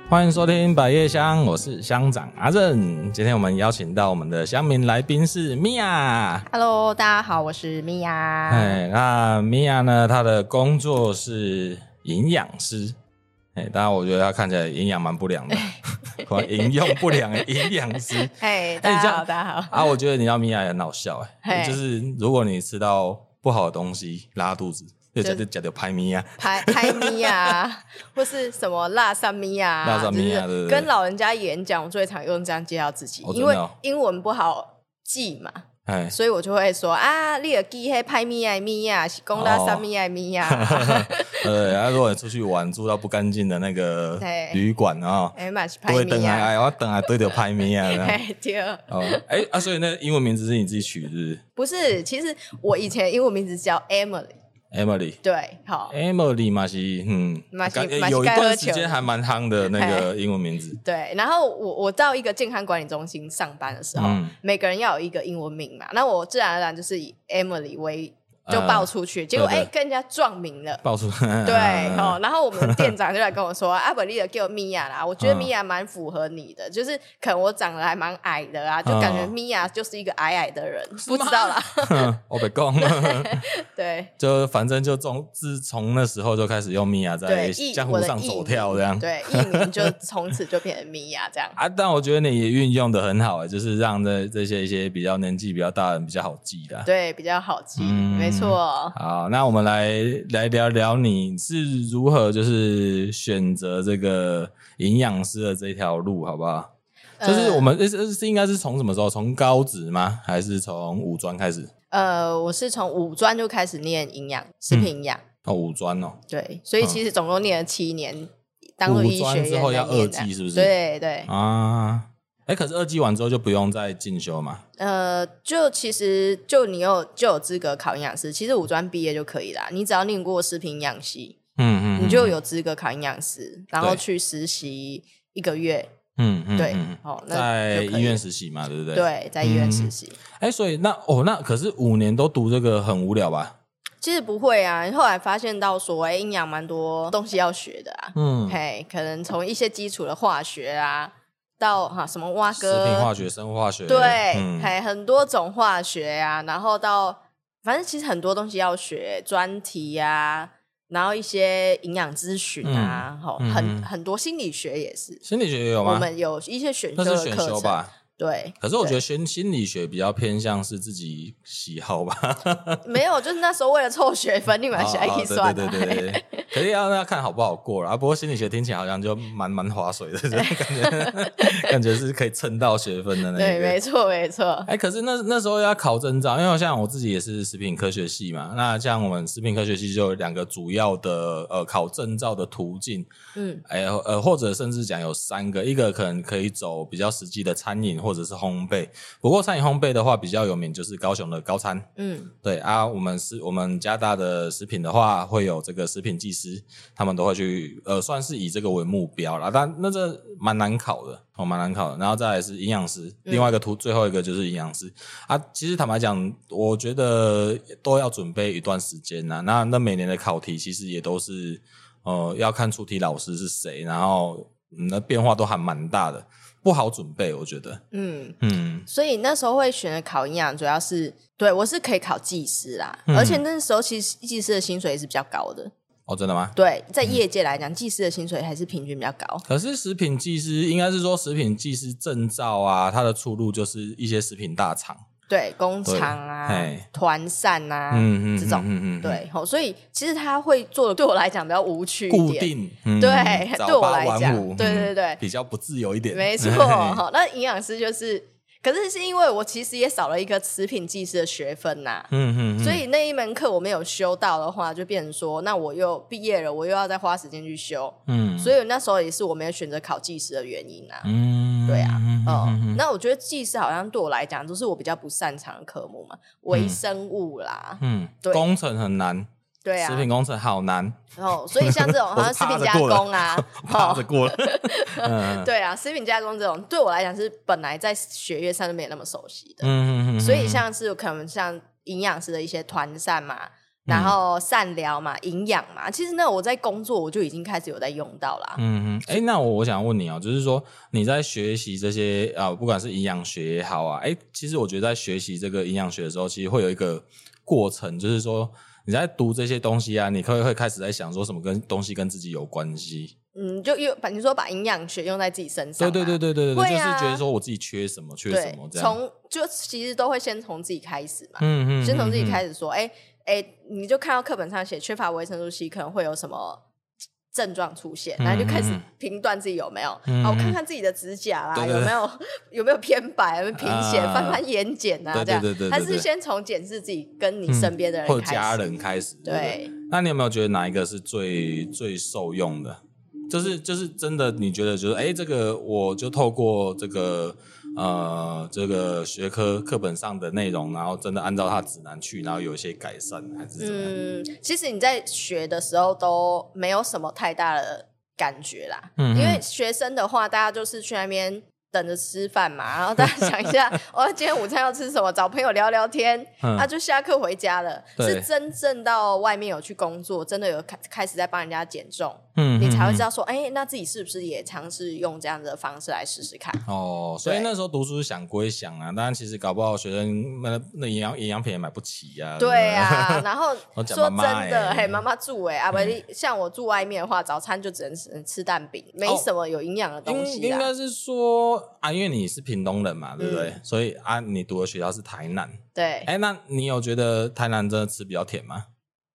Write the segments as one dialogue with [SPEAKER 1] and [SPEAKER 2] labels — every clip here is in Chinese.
[SPEAKER 1] 欢迎收听百叶香，我是乡长阿正。今天我们邀请到我们的乡民来宾是米娅。
[SPEAKER 2] Hello， 大家好，我是米娅。
[SPEAKER 1] 那米娅呢，她的工作是营养师。当然我觉得她看起来营养蛮不良的，营用不良的营养师。
[SPEAKER 2] 大家好，大家好。
[SPEAKER 1] 我觉得你知道米娅也很好笑就是如果你吃到不好的东西拉肚子，就叫做拍米啊，
[SPEAKER 2] 拍米啊，或是什么辣三米啊，
[SPEAKER 1] 辣三米啊，对对对。
[SPEAKER 2] 跟老人家演讲，我最常用这样介绍自己，因为英文不好记嘛，所以我就会说啊，你有记迄拍米啊米啊，是讲辣三米啊米啊。
[SPEAKER 1] 对，如果你出去玩住到不干净的那个旅馆啊，都会等来，我等来对着拍米啊。对。所以那英文名字是你自己取的是不是？
[SPEAKER 2] 不是，其实我以前英文名字叫 Emily。对，好
[SPEAKER 1] ，Emily 嘛是，有一段时间还蛮夯的那个英文名字。
[SPEAKER 2] 对，然后我到一个健康管理中心上班的时候，每个人要有一个英文名嘛，那我自然而然就是以 Emily 为。就报出去，结果跟人家撞名了，
[SPEAKER 1] 报出
[SPEAKER 2] 对然后我们店长就来跟我说，阿伯你的给我米娅啦，我觉得米娅蛮符合你的，就是可能我长得还蛮矮的啊，就感觉米娅就是一个矮矮的人，不知道啦。
[SPEAKER 1] 我被讲，
[SPEAKER 2] 对，
[SPEAKER 1] 就反正就自从那时候就开始用米娅在江湖上走跳这样，
[SPEAKER 2] 对，艺名就从此就变成米娅这样
[SPEAKER 1] 但我觉得你也运用的很好就是让这些一些比较年纪比较大的人比较好记的，
[SPEAKER 2] 对，比较好记，没错。
[SPEAKER 1] 好，那我们来聊聊你是如何就是选择这个营养师的这条路，好不好？就是我们是应该是从什么时候？从高职吗？还是从五专开始？
[SPEAKER 2] 我是从五专就开始念营养，食品营养。
[SPEAKER 1] 五专哦。
[SPEAKER 2] 对，所以其实总共念了7年，当做医学院。
[SPEAKER 1] 五专之后要2技是不是？
[SPEAKER 2] 对对
[SPEAKER 1] 啊。可是2技完之后就不用再进修嘛？
[SPEAKER 2] 就其实你就有资格考营养师，其实五专毕业就可以啦。你只要念过食品营养系，你就有资格考营养师，然后去实习1个月。对，
[SPEAKER 1] 在医院实习嘛，对不对？
[SPEAKER 2] 对，在医院实习。
[SPEAKER 1] 所以那可是5年都读这个很无聊吧？
[SPEAKER 2] 其实不会啊，后来发现到说，营养蛮多东西要学的啊。可能从一些基础的化学啊。到什么蛙哥
[SPEAKER 1] 食品化学、生物化学，
[SPEAKER 2] 对，很多种化学啊，然后到反正其实很多东西要学，专题啊，然后一些营养咨询啊，很多心理学也是，
[SPEAKER 1] 心理学也有吗？
[SPEAKER 2] 我们有一些选修的课程，
[SPEAKER 1] 那是选修吧？
[SPEAKER 2] 对，
[SPEAKER 1] 可是我觉得心理学比较偏向是自己喜好吧。
[SPEAKER 2] 没有，就是那时候为了凑学分，你买起来一算。
[SPEAKER 1] 对，可是要看好不好过啦。不过心理学听起来好像就蛮划水的，感觉是可以蹭到学分的那个。
[SPEAKER 2] 对，没错没错。
[SPEAKER 1] 可是那时候要考证照，因为像我自己也是食品科学系嘛，那像我们食品科学系就有2个主要的考证照的途径，或者甚至讲有3个，一个可能可以走比较实际的餐饮或者是烘焙，不过餐饮烘焙的话比较有名就是高雄的高餐，对啊，我们嘉大的食品的话会有这个食品技师，他们都会去算是以这个为目标啦，但那这蛮难考的，蛮难考的。然后再来是营养师，另外一个最后一个就是营养师啊。其实坦白讲，我觉得都要准备一段时间啊。那每年的考题其实也都是要看出题老师是谁，然后那变化都还蛮大的。不好准备，我觉得。
[SPEAKER 2] 所以那时候会选择考营养，主要是对我是可以考技师啦，而且那时候其实技师的薪水也是比较高的。
[SPEAKER 1] 真的吗？
[SPEAKER 2] 对，在业界来讲，技师的薪水还是平均比较高。
[SPEAKER 1] 可是食品技师应该是说食品技师证照啊，它的出路就是一些食品大厂。
[SPEAKER 2] 对，工厂啊，团膳啊，这种，对，所以其实他会做的，对我来讲比较无趣一点，
[SPEAKER 1] 固定，
[SPEAKER 2] 对，对我来讲，对，
[SPEAKER 1] 比较不自由一点，
[SPEAKER 2] 没错。那营养师就是，可是因为我其实也少了一个食品技师的学分呐，所以那一门课我没有修到的话，就变成说，那我又毕业了，我又要再花时间去修，所以那时候也是我没有选择考技师的原因啊，对啊。那我觉得技师好像对我来讲都是我比较不擅长的科目嘛，微生物啦，
[SPEAKER 1] 对，工程很难，
[SPEAKER 2] 对啊，
[SPEAKER 1] 食品工程好难
[SPEAKER 2] 所以像这种好像食品加工啊，
[SPEAKER 1] 趴着过了，
[SPEAKER 2] 对啊，食品加工这种对我来讲是本来在学业上就没有那么熟悉的，所以像是可能像营养师的一些团膳嘛， 然后善疗嘛，营养嘛，其实那我在工作我就已经开始有在用到啦。
[SPEAKER 1] 那我想问你就是说你在学习这些不管是营养学也好啊，其实我觉得在学习这个营养学的时候，其实会有一个过程，就是说你在读这些东西啊，你会开始在想说什么东西跟自己有关系。
[SPEAKER 2] 就你说把营养学用在自己身上，
[SPEAKER 1] 对，就是觉得说我自己缺什么这样，
[SPEAKER 2] 就其实都会先从自己开始嘛，先从自己开始说，你就看到课本上写缺乏维生素 C 可能会有什么症状出现，然后就开始评断自己有没有。我看看自己的指甲啦，有没有偏白，有没有贫血，翻眼睑啊，这样。还是先从检视自己跟你身边的人
[SPEAKER 1] 或者家人开始。
[SPEAKER 2] 对，
[SPEAKER 1] 那你有没有觉得哪一个是最受用的？就是真的，你觉得就是这个我就透过这个学科课本上的内容，然后真的按照它指南去，然后有一些改善，还是怎么样？
[SPEAKER 2] 其实你在学的时候都没有什么太大的感觉啦，因为学生的话，大家就是去那边等着吃饭嘛，然后大家想一下，今天午餐要吃什么？找朋友聊聊天，就下课回家了。是真正到外面有去工作，真的有开始在帮人家减重，你才会知道说，那自己是不是也尝试用这样的方式来试试看？
[SPEAKER 1] 所以那时候读书想归想啊，当然其实搞不好学生那营养品也买不起啊。
[SPEAKER 2] 对啊，然后说真的，妈妈住像我住外面的话，早餐就只能吃蛋饼，没什么有营养的东西。
[SPEAKER 1] 应该是说因为你是屏东人嘛，对不对？所以你读的学校是台南。
[SPEAKER 2] 对。
[SPEAKER 1] 那你有觉得台南真的吃比较甜吗？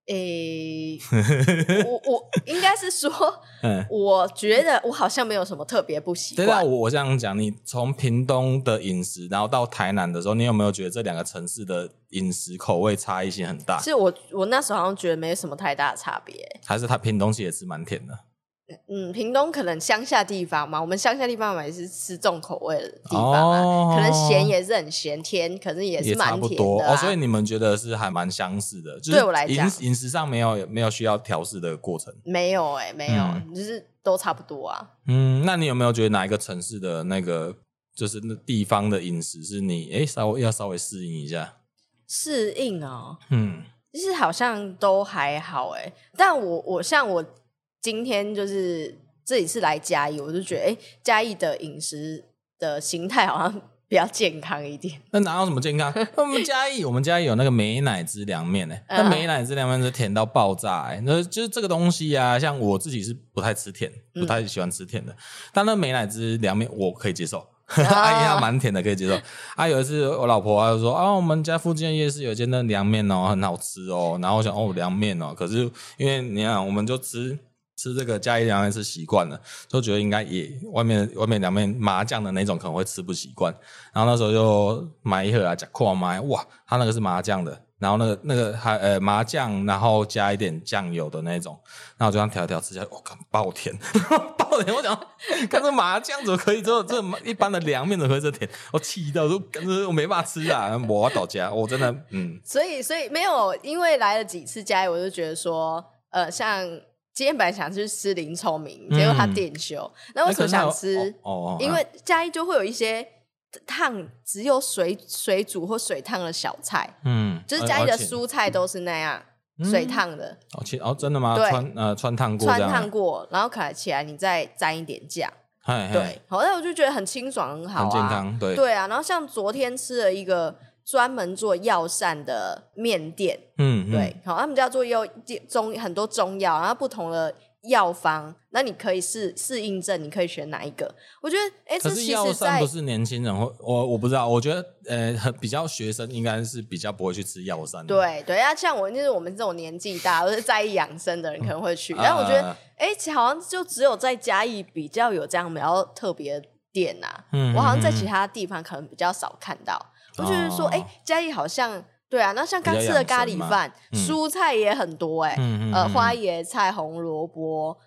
[SPEAKER 2] 我应该是说，我觉得我好像没有什么特别不习惯。
[SPEAKER 1] 对啊，我这样讲，你从屏东的饮食，然后到台南的时候，你有没有觉得这两个城市的饮食口味差异性很大？
[SPEAKER 2] 其实我那时候好像觉得没什么太大的差别。
[SPEAKER 1] 还是屏东其实也是蛮甜的。
[SPEAKER 2] 屏东可能乡下地方嘛，我们乡下地方也是吃重口味的地方可能咸也是很咸，甜可是也是蛮甜的
[SPEAKER 1] 所以你们觉得是还蛮相似的，就是
[SPEAKER 2] 对我来讲
[SPEAKER 1] 饮食上没有需要调试的过程，
[SPEAKER 2] 没有没有，就是都差不多啊。
[SPEAKER 1] 那你有没有觉得哪一个城市的那个就是那地方的饮食是你稍微适应一下？
[SPEAKER 2] 适应其实好像都还好但我像我今天就是这里是来嘉义，我就觉得嘉义的饮食的形态好像比较健康一点。
[SPEAKER 1] 那哪有什么健康？我们嘉义有那个美乃滋凉面那美乃滋凉面是甜到爆炸那就是这个东西啊，像我自己是不太吃甜，不太喜欢吃甜的，但那美乃滋凉面我可以接受。它蛮甜的，可以接受。有一次我老婆就说我们家附近的夜市有一间那凉面很好吃然后我想凉面可是因为你看我们就吃这个嘉义凉面吃习惯了，就觉得应该也外面凉面麻酱的那种可能会吃不习惯，然后那时候就买一盒吃看买，哇，它那个是麻酱的，然后那个还麻酱，然后加一点酱油的那种，然后我就这样调吃起来，爆甜爆甜，我想看这麻酱怎么可以这一般的凉面怎么可以这甜，我气到说我没办法吃我要倒家，我真的
[SPEAKER 2] 所以没有，因为来了几次嘉义，我就觉得说像今天本来想去吃林聪明，结果他店休。那为什么想吃？因为嘉义就会有一些烫只有水煮或水烫的小菜，就是嘉义的蔬菜都是那样水烫的。
[SPEAKER 1] 真的吗？
[SPEAKER 2] 对，
[SPEAKER 1] 穿烫
[SPEAKER 2] 过，然后可能起来你再沾一点酱。对，好，那我就觉得很清爽，很好
[SPEAKER 1] 很健康。
[SPEAKER 2] 对啊，然后像昨天吃了一个专门做药膳的面店，对，好，他们家做很多中药，然后不同的药方，那你可以适应症，你可以选哪一个？我觉得，
[SPEAKER 1] 可是药膳不是年轻人我不知道，我觉得比较学生应该是比较不会去吃药膳的。
[SPEAKER 2] 对，像我就是我们这种年纪大，都是在意养生的人可能会去，但我觉得，好像就只有在嘉义比较有这样比较特别的店我好像在其他地方可能比较少看到。我就是说嘉义好像对啊，那像刚吃的咖喱饭蔬菜也很多花椰菜、红萝卜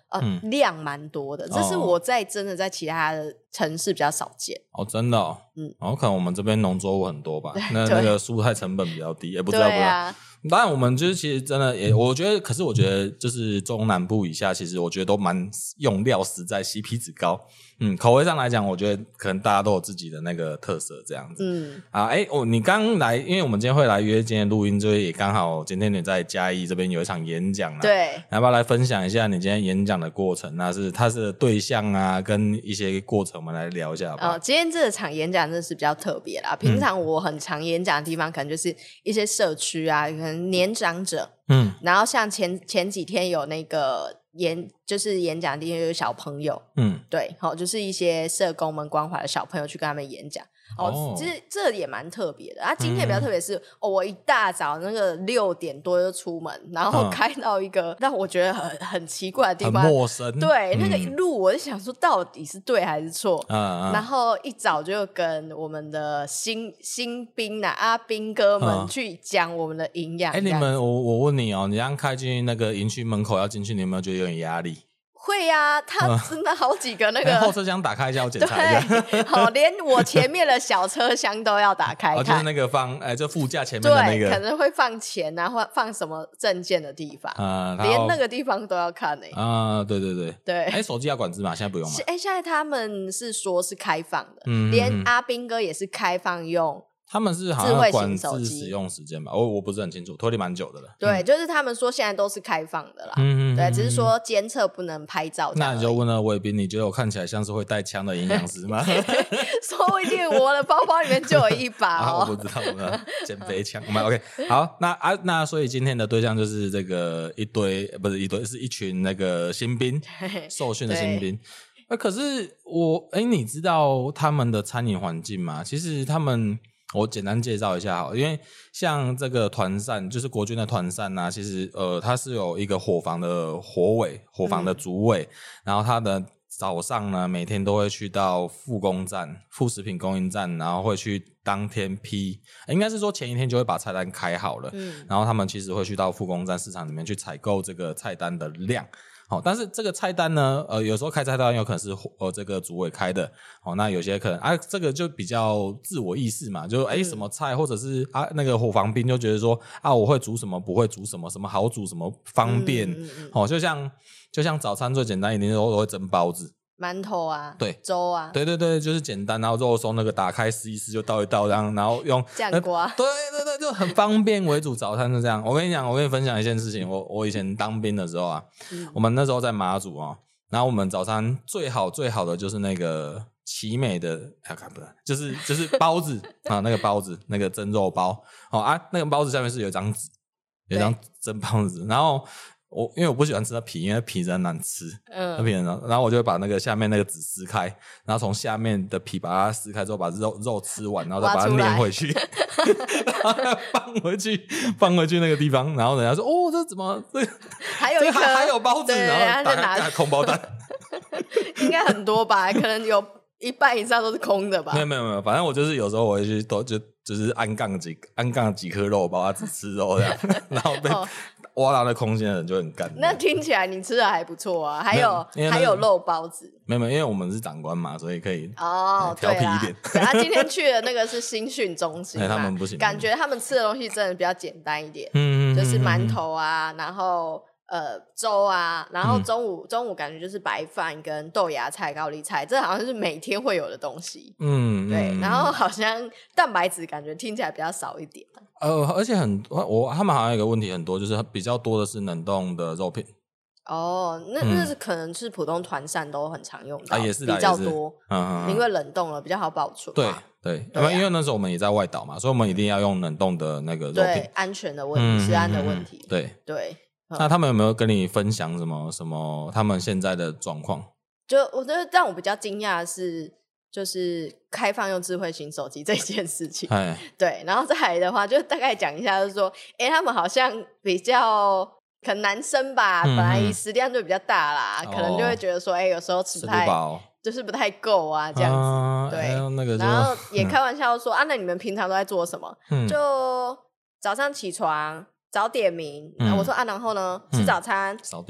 [SPEAKER 2] 量蛮多的，这是我真的在其他的城市比较少见。
[SPEAKER 1] 真的可能我们这边农作物很多吧，那个蔬菜成本比较低，也不知道。当然我们就是其实真的也我觉得，可是我觉得就是中南部以下，其实我觉得都蛮用料实在， CP 值高。口味上来讲，我觉得可能大家都有自己的那个特色这样子。你刚来，因为我们今天会来约今天录音，就是也刚好今天你在嘉义这边有一场演讲啦。
[SPEAKER 2] 对，
[SPEAKER 1] 要不要来分享一下你今天演讲的过程？它是对象啊，跟一些过程，我们来聊一下好不好？
[SPEAKER 2] 今天这场演讲真的是比较特别啦。平常我很常演讲的地方，可能就是一些社区啊，可能年长者。然后像前几天有那个就是演讲的地方有小朋友，对，就是一些社工们关怀的小朋友去跟他们演讲。其实这也蛮特别的。今天比较特别是，我一大早那个6点多就出门，然后开到一个让我觉得很奇怪的地方，
[SPEAKER 1] 很陌生。
[SPEAKER 2] 对，那个路我就想说到底是对还是错。然后一早就跟我们的新兵阿兵哥们去讲我们的营养。
[SPEAKER 1] 你们我问你你刚开进那个营区门口要进去，你有没有觉得有点压力？
[SPEAKER 2] 会啊，他真的好几个那个
[SPEAKER 1] 后车厢打开一下，我检查一下。
[SPEAKER 2] 好，连我前面的小车厢都要打开看。
[SPEAKER 1] 就是那个放就副驾前面的那个，
[SPEAKER 2] 对，可能会放钱啊，或放什么证件的地方，连那个地方都要看
[SPEAKER 1] 对。手机要管制吗？现在不用吗？
[SPEAKER 2] 现在他们是说是开放的，连阿兵哥也是开放用。
[SPEAKER 1] 他们是好像管制使用时间吧，我不是很清楚，拖地蛮久的了。
[SPEAKER 2] 对，就是他们说现在都是开放的啦。对，只是说监测不能拍照。
[SPEAKER 1] 那你就问了伟斌，你觉得我看起来像是会带枪的营养师吗？
[SPEAKER 2] 说不定我的包包里面就有一把
[SPEAKER 1] 我不知道，减肥枪。我们 OK 好，那所以今天的对象就是这个是一群那个新兵，受训的新兵。可是你知道他们的餐饮环境吗？其实我简单介绍一下好了，因为像这个团膳，就是国军的团膳啊，其实它是有一个伙房的伙房的主委，然后他的早上呢每天都会去到副食品供应站，然后会去当天批，应该是说前一天就会把菜单开好了，然后他们其实会去到副供站市场里面去采购这个菜单的量。但是这个菜单呢，有时候开菜单有可能是这个主委开的，那有些可能这个就比较自我意识嘛，就什么菜，或者是那个伙房兵就觉得说我会煮什么，不会煮什么，什么好煮，什么方便，就像早餐最简单一定都会蒸包子。
[SPEAKER 2] 馒头啊，
[SPEAKER 1] 对，
[SPEAKER 2] 粥啊，
[SPEAKER 1] 对，就是简单，然后肉松那个打开撕一撕就倒一倒，然后用
[SPEAKER 2] 酱瓜，
[SPEAKER 1] 对，就很方便为主。早餐就这样。我跟你分享一件事情，我以前当兵的时候我们那时候在马祖然后我们早餐最好的就是那个奇美的，就是包子那个包子，那个蒸肉包那个包子下面是有一张纸，有一张蒸包子，然后。因为我不喜欢吃它皮，因为皮真的难吃，皮很难。然后我就会把那个下面那个纸撕开，然后从下面的皮把它撕开之后，把肉吃完，然后再把它粘回去，然后再放回去那个地方。然后人家说：“这怎么
[SPEAKER 2] 还有
[SPEAKER 1] 还有包子？”然后打开空包蛋，
[SPEAKER 2] 应该很多吧？可能有一半以上都是空的吧？
[SPEAKER 1] 没有，反正我就是有时候我会去就是安杠几颗肉，把它只吃肉这样，然后被。挖到那空间的人就很干。
[SPEAKER 2] 那听起来你吃的还不错啊，还有肉包子。
[SPEAKER 1] 没有，因为我们是长官嘛，所以可以调皮一点。
[SPEAKER 2] 对啊，今天去的那个是新训中心嘛，
[SPEAKER 1] 他们不行，
[SPEAKER 2] 感觉他们吃的东西真的比较简单一点，就是馒头啊，然后粥啊，然后中午感觉就是白饭跟豆芽菜、高丽菜，这好像是每天会有的东西。对，然后好像蛋白质感觉听起来比较少一点。
[SPEAKER 1] 而且他们好像有一个问题很多，就是比较多的是冷冻的肉品。
[SPEAKER 2] 那是可能是普通团膳都很常用的，
[SPEAKER 1] 也是
[SPEAKER 2] 比较多，因为冷冻了比较好保存。
[SPEAKER 1] 对，因为那时候我们也在外岛嘛，所以我们一定要用冷冻的那个肉品，
[SPEAKER 2] 对，安全的问题，食安的问题。
[SPEAKER 1] 对。那他们有没有跟你分享什么他们现在的状况？
[SPEAKER 2] 就我觉得让我比较惊讶的是，就是开放用智慧型手机这件事情。对，然后再来的话，就大概讲一下，就是说，他们好像比较可能男生吧，本来食量就比较大啦，可能就会觉得说，有时候吃不饱，就是不太够啊，这样子。对，然后也开玩笑说那你们平常都在做什么？就早上起床。早点名，我说然后呢，吃早餐，
[SPEAKER 1] 扫地，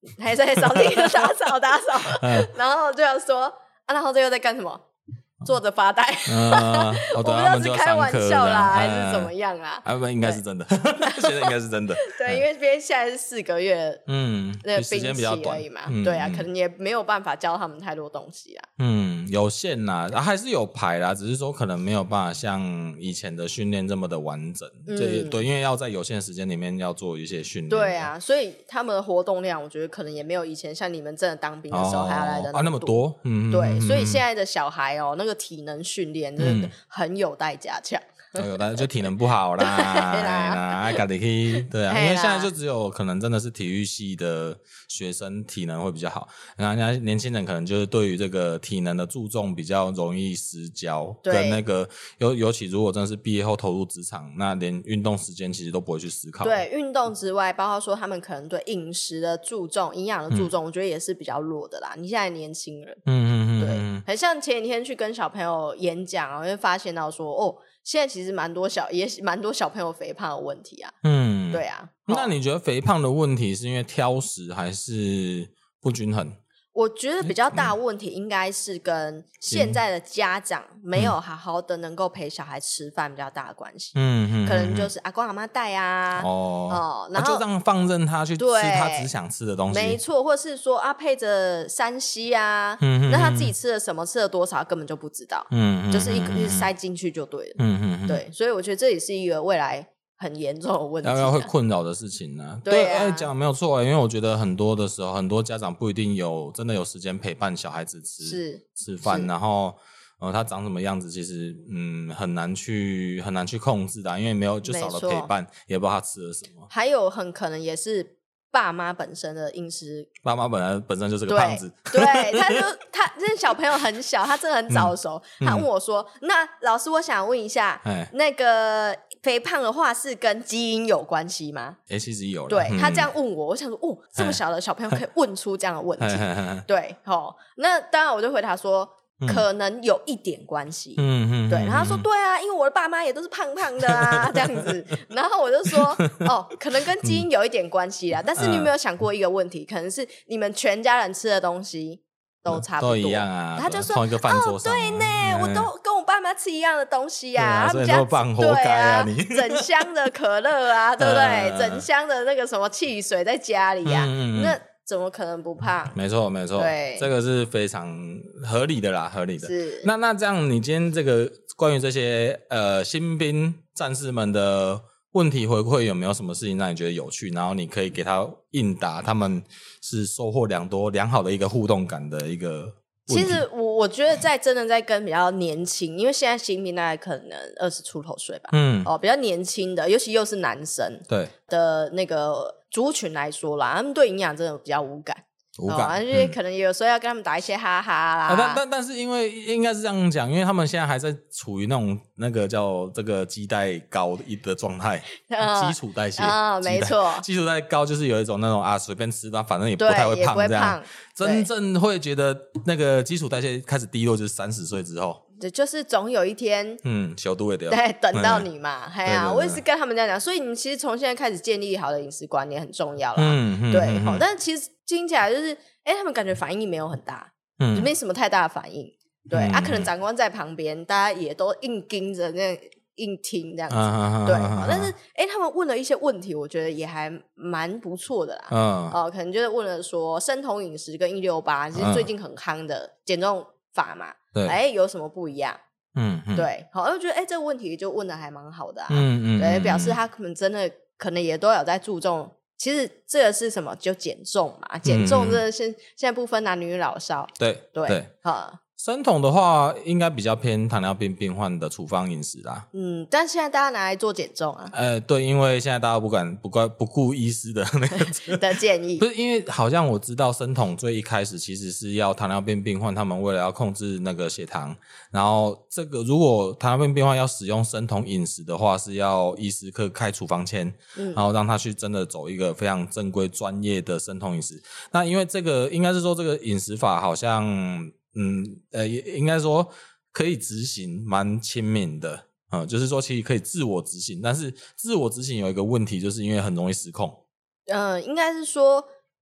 [SPEAKER 2] 还在扫地打扫然后就要说然后这又在干什么？坐着发呆我不知道是开玩笑啦还是怎么样啦
[SPEAKER 1] 不应该是真的现在应该是真的
[SPEAKER 2] 对因为毕竟现在是4个月那个
[SPEAKER 1] 时间比较短
[SPEAKER 2] 而已嘛对啊可能也没有办法教他们太多东西啦
[SPEAKER 1] 有限啦还是有排啦只是说可能没有办法像以前的训练这么的完整对因为要在有限时间里面要做一些训练
[SPEAKER 2] 对啊所以他们的活动量我觉得可能也没有以前像你们真的当兵的时候还要来的
[SPEAKER 1] 那么多
[SPEAKER 2] 对所以现在的小孩那个体能训练真的很有待加强
[SPEAKER 1] 有的就体能不好啦对啊因为现在就只有可能真的是体育系的学生体能会比较好然后人家年轻人可能就是对于这个体能的注重比较容易失焦跟那个尤其如果真的是毕业后投入职场那连运动时间其实都不会去思考
[SPEAKER 2] 对运动之外包括说他们可能对饮食的注重营养的注重我觉得也是比较弱的啦你现在年轻人对很像前几天去跟小朋友演讲会发现到说现在其实蛮多小朋友肥胖的问题啊对啊
[SPEAKER 1] 那你觉得肥胖的问题是因为挑食还是不均衡
[SPEAKER 2] 我觉得比较大的问题应该是跟现在的家长没有好好的能够陪小孩吃饭比较大的关系可能就是阿公阿嬷带啊然后
[SPEAKER 1] 就这样放任他去吃他只想吃的东西
[SPEAKER 2] 没错或是说配着3C啊那他自己吃了什么吃了多少根本就不知道就是一直塞进去就对了对所以我觉得这也是一个未来很严重的问题
[SPEAKER 1] 会困扰的事情啊
[SPEAKER 2] 对啊
[SPEAKER 1] 讲得没有错因为我觉得很多的时候很多家长不一定真的有时间陪伴小孩子吃饭然后他长什么样子其实很难去控制的因为没有就少了陪伴也不知道他吃了什么
[SPEAKER 2] 还有很可能也是爸妈本身的饮食
[SPEAKER 1] 爸妈本身就是个胖子
[SPEAKER 2] 对他这小朋友很小他真的很早熟他问我说那老师我想问一下那个肥胖的话是跟基因有关系吗
[SPEAKER 1] 其实有
[SPEAKER 2] 对他这样问我想说这么小的小朋友可以问出这样的问题对那当然我就回答说可能有一点关系对然后他说对啊因为我的爸妈也都是胖胖的啊这样子然后我就说可能跟基因有一点关系啦但是你有没有想过一个问题可能是你们全家人吃的东西都差不多
[SPEAKER 1] 都一样啊
[SPEAKER 2] 他就说
[SPEAKER 1] 同一个饭桌上
[SPEAKER 2] 对呢我都跟我爸妈吃一样的东西啊他们
[SPEAKER 1] 家胖活该啊你
[SPEAKER 2] 整箱的可乐啊对不对整箱的那个什么汽水在家里啊那怎么可能不胖
[SPEAKER 1] 没错对这个是非常合理的啦合理的
[SPEAKER 2] 是
[SPEAKER 1] 那这样你今天这个关于这些新兵战士们的问题回馈有没有什么事情让你觉得有趣然后你可以给他应答他们是收获良好的一个互动感的一个问题
[SPEAKER 2] 其实我觉得真的在跟比较年轻因为现在新兵大概可能20出头岁吧比较年轻的尤其又是男生
[SPEAKER 1] 对
[SPEAKER 2] 的那个族群来说啦他们对营养真的比较无感就是可能有时候要跟他们打一些哈哈啦
[SPEAKER 1] 但是因为应该是这样讲因为他们现在还在处于那个叫这个基代高的状态基础代谢
[SPEAKER 2] 没错
[SPEAKER 1] 基础代谢高就是有一种那种随便吃吧反正也不太会胖这样真正会觉得那个基础代谢开始低落就是30岁之后
[SPEAKER 2] 对就是总有一天
[SPEAKER 1] 小度会掉
[SPEAKER 2] 对等到你嘛我也是跟他们这样讲所以你其实从现在开始建立好的饮食观念很重要啦对但是其实听起来就是他们感觉反应没有很大没什么太大的反应对可能长官在旁边大家也都硬盯着那硬听这样子对但是他们问了一些问题我觉得也还蛮不错的啦可能就是问了说生酮饮食跟168其实最近很夯的减重法嘛对有什么不一样对我就觉得这个问题就问的还蛮好的对表示他们真的可能也都有在注重其实这个是什么就减重嘛减重这现在不分男女老少
[SPEAKER 1] 对生酮的话应该比较偏糖尿病病患的处方饮食啦
[SPEAKER 2] 但现在大家拿来做减重啊
[SPEAKER 1] 对因为现在大家不顾医师的那个
[SPEAKER 2] 的建议
[SPEAKER 1] 不是因为好像我知道生酮最一开始其实是要糖尿病病患他们为了要控制那个血糖然后这个如果糖尿病病患要使用生酮饮食的话是要医师开处方签然后让他去真的走一个非常正规专业的生酮饮食那因为这个应该是说这个饮食法好像应该说可以执行蛮亲民的就是说其实可以自我执行但是自我执行有一个问题就是因为很容易失控
[SPEAKER 2] 应该是说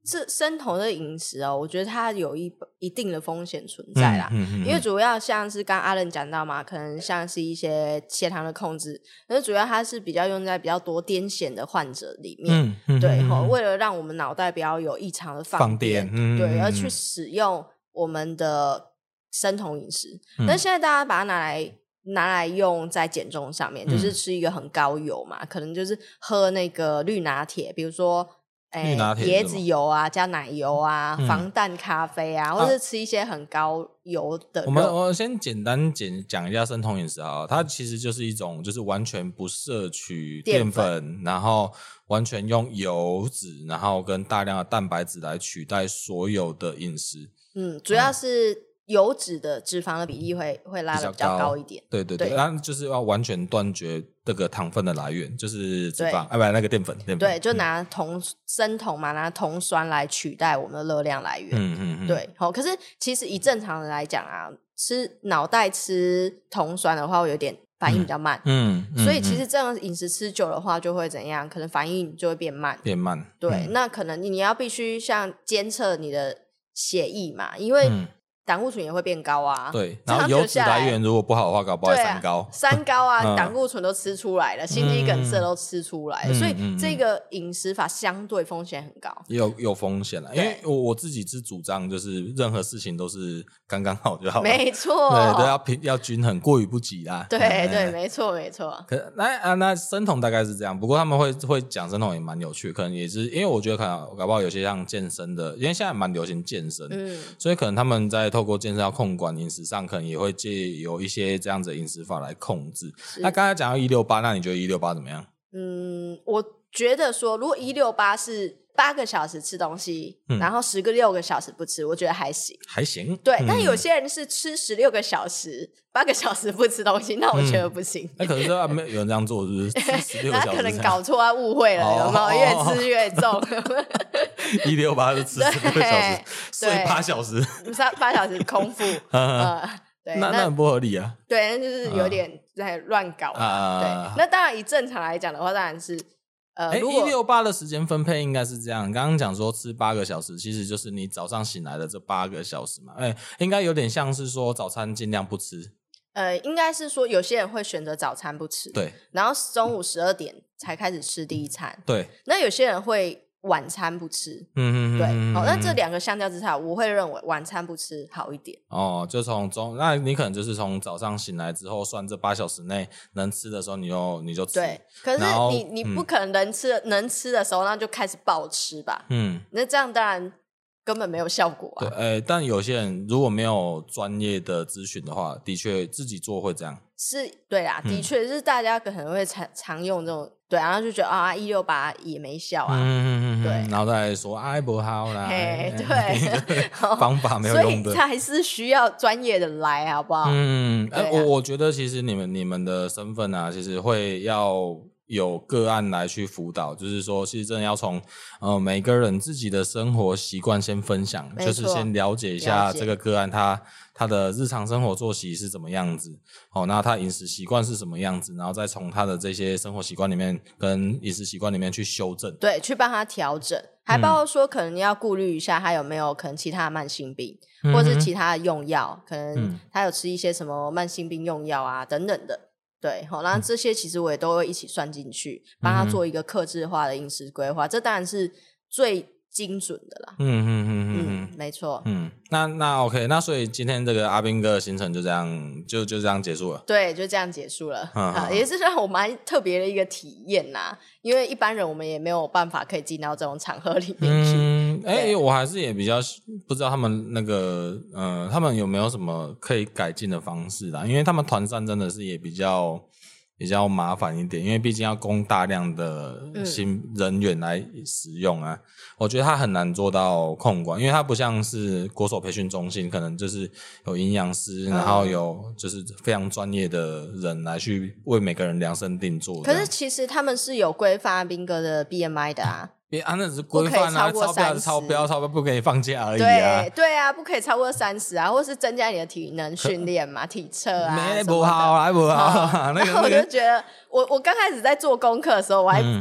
[SPEAKER 2] 这生酮的饮食哦，我觉得它有一定的风险存在啦，因为主要像是刚阿任讲到嘛，可能像是一些血糖的控制，但是主要它是比较用在比较多癫痫的患者里面，对，为了让我们脑袋不要有异常的放电，对，而去使用我们的生酮饮食，但现在大家把它拿来用在减重上面，就是吃一个很高油嘛，可能就是喝那个绿拿铁，比如说椰子油啊，加奶油啊，防弹咖啡啊，或者吃一些很高油的肉。
[SPEAKER 1] 我先简单讲一下生酮饮食啊，它其实就是一种就是完全不摄取淀粉，然后完全用油脂，然后跟大量的蛋白质来取代所有的饮食。
[SPEAKER 2] 主要是油脂的脂肪的比例会拉得比较高一点。
[SPEAKER 1] 对，那就是要完全断绝这个糖分的来源，就是脂肪，不那个淀粉。
[SPEAKER 2] 对，就拿生酮嘛，拿酮酸来取代我们的热量来源。对，可是其实以正常人来讲啊，脑袋吃酮酸的话会有点反应比较慢，所以其实这样饮食吃久的话就会怎样？可能反应就会变慢。对，那可能你要必须像监测你的血液嘛，因为胆固醇也会变高啊。
[SPEAKER 1] 对，然后油脂来源如果不好的话，搞不好
[SPEAKER 2] 三高啊，胆固醇都吃出来了，心肌梗塞都吃出来了，所以这个饮食法相对风险很高，
[SPEAKER 1] 有风险了。因为我自己是主张，就是任何事情都是刚刚好就好了，
[SPEAKER 2] 没错，
[SPEAKER 1] 对，要均衡，过于不及啦。
[SPEAKER 2] 对，没错。
[SPEAKER 1] 可那生酮大概是这样，不过他们会讲生酮也蛮有趣，可能也是因为我觉得可能搞不好有些像健身的，因为现在蛮流行健身，所以可能他们在透过健身要控管饮食上，可能也会借有一些这样子的饮食法来控制。那刚才讲到168，那你觉得168怎么样？
[SPEAKER 2] 我觉得说如果168是8个小时吃东西，然后6个小时不吃，我觉得还行。对，但有些人是吃16个小时，8个小时不吃东西，那我觉得不行。
[SPEAKER 1] 可是没有人这样做，是不是？16个小时，
[SPEAKER 2] 他可能搞错，他误会了，有没有？越吃越重。
[SPEAKER 1] 168是吃16个小时，睡8小时
[SPEAKER 2] ，8小时空腹。对，
[SPEAKER 1] 那很不合理啊。
[SPEAKER 2] 对，那就是有点在乱搞。对，那当然以正常来讲的话，当然是
[SPEAKER 1] 168的时间分配应该是这样。刚刚讲说吃8个小时，其实就是你早上醒来的这8个小时嘛。应该有点像是说早餐尽量不吃。
[SPEAKER 2] 应该是说有些人会选择早餐不吃，
[SPEAKER 1] 对，
[SPEAKER 2] 然后中午12点才开始吃第一餐，
[SPEAKER 1] 对。
[SPEAKER 2] 那有些人会晚餐不吃，对，那这两个相较之下，我会认为晚餐不吃好一点。
[SPEAKER 1] 就从那你可能就是从早上醒来之后算这8小时内能吃的时候，你就吃。
[SPEAKER 2] 对，可是你不可能能吃的时候，那就开始暴吃吧？那这样当然根本没有效果啊。
[SPEAKER 1] 对，但有些人如果没有专业的咨询的话，的确自己做会这样。
[SPEAKER 2] 是，对啦，的确是大家可能会常用这种，对，然后就觉得168也没效啊，对，
[SPEAKER 1] 然后再来说不好啦，
[SPEAKER 2] 对，
[SPEAKER 1] 方法没有用的，
[SPEAKER 2] 所以还是需要专业的来，好不好？
[SPEAKER 1] 我觉得其实你们的身份啊，其实会要有个案来去辅导，就是说其实真的要从每个人自己的生活习惯先分享，就是先了解一下这个个案他的日常生活作息是怎么样子，那他饮食习惯是什么样子，然后再从他的这些生活习惯里面跟饮食习惯里面去修正，
[SPEAKER 2] 对，去帮他调整，还包括说可能要顾虑一下他有没有可能其他的慢性病，或者是其他的用药，可能他有吃一些什么慢性病用药啊等等的。对，那这些其实我也都会一起算进去，帮他做一个客制化的饮食规划，这当然是最精准的啦。没错。
[SPEAKER 1] 那 OK， 那所以今天这个阿兵哥的行程就这样就这样结束了。
[SPEAKER 2] 对，就这样结束了。也是让我蛮特别的一个体验呐，因为一般人我们也没有办法可以进到这种场合里面去。
[SPEAKER 1] 我还是也比较不知道他们那个他们有没有什么可以改进的方式啦，因为他们团膳真的是也比较麻烦一点，因为毕竟要供大量的新人员来使用啊，我觉得他很难做到控管，因为他不像是国手培训中心，可能就是有营养师，然后有就是非常专业的人来去为每个人量身定做。
[SPEAKER 2] 可是其实他们是有规范兵哥的 BMI 的啊。
[SPEAKER 1] 那只是规范啊，超标不可以放假而已啊。
[SPEAKER 2] 对啊，不可以超过30啊，或是增加你的体能训练嘛，体测啊。
[SPEAKER 1] 不好啊，不好。
[SPEAKER 2] 然后我就觉得，我刚开始在做功课的时候，我还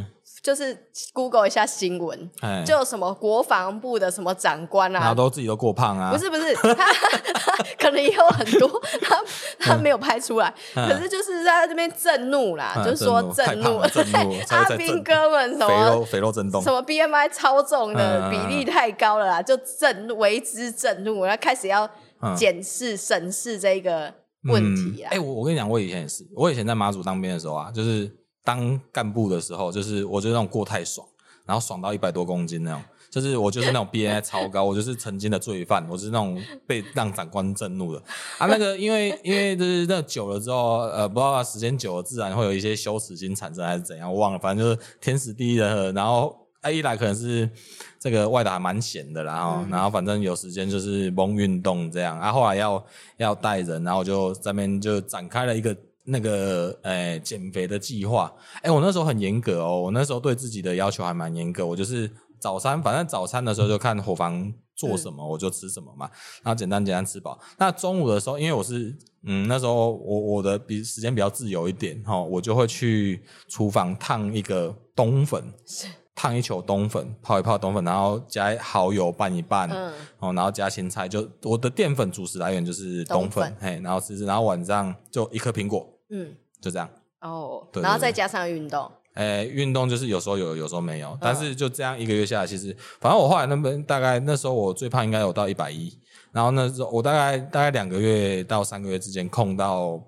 [SPEAKER 2] 就是 Google 一下新闻，就有什么国防部的什么长官啊，
[SPEAKER 1] 然后都自己都过胖啊，
[SPEAKER 2] 不是他可能也有很多他没有拍出来，可是就是在这边震怒啦，就是说震怒阿兵哥们什么
[SPEAKER 1] 肥肉震动，
[SPEAKER 2] 什么 BMI 超重的比例太高了啦，就为之震怒，然后开始要审视这个问题啊。
[SPEAKER 1] 我跟你讲，我以前也是，我以前在马祖当兵的时候啊，就是当干部的时候，就是我觉得那种过太爽，然后爽到100多公斤那种。就是我就是那种 BMI 超高，我就是曾经的罪犯，我就是那种被让长官震怒的啊。那个因为就是那久了之后，不知道时间久了，自然会有一些羞耻心产生还是怎样，我忘了，反正就是天时地利人和。然后一来可能是这个外岛还蛮闲的啦，然后反正有时间就是蒙运动这样啊。后来要带人，然后我就在那边就展开了一个那个减肥的计划。我那时候很严格哦，我那时候对自己的要求还蛮严格，我就是早餐，反正早餐的时候就看伙房做什么，我就吃什么嘛，然后简单吃饱。那中午的时候，因为我是那时候我的时间比较自由一点我就会去厨房烫一个冬粉，烫一球冬粉，泡一泡冬粉，然后加蚝油拌一拌，然后加青菜，就我的淀粉主食来源就是冬粉，然后吃，然后晚上就一颗苹果，就这样。
[SPEAKER 2] 然后再加上运动。
[SPEAKER 1] 运动就是有时候有，有时候没有，但是就这样1个月下来，其实反正我后来大概那时候我最胖应该有到110，然后那时候我大概2个月到3个月之间控到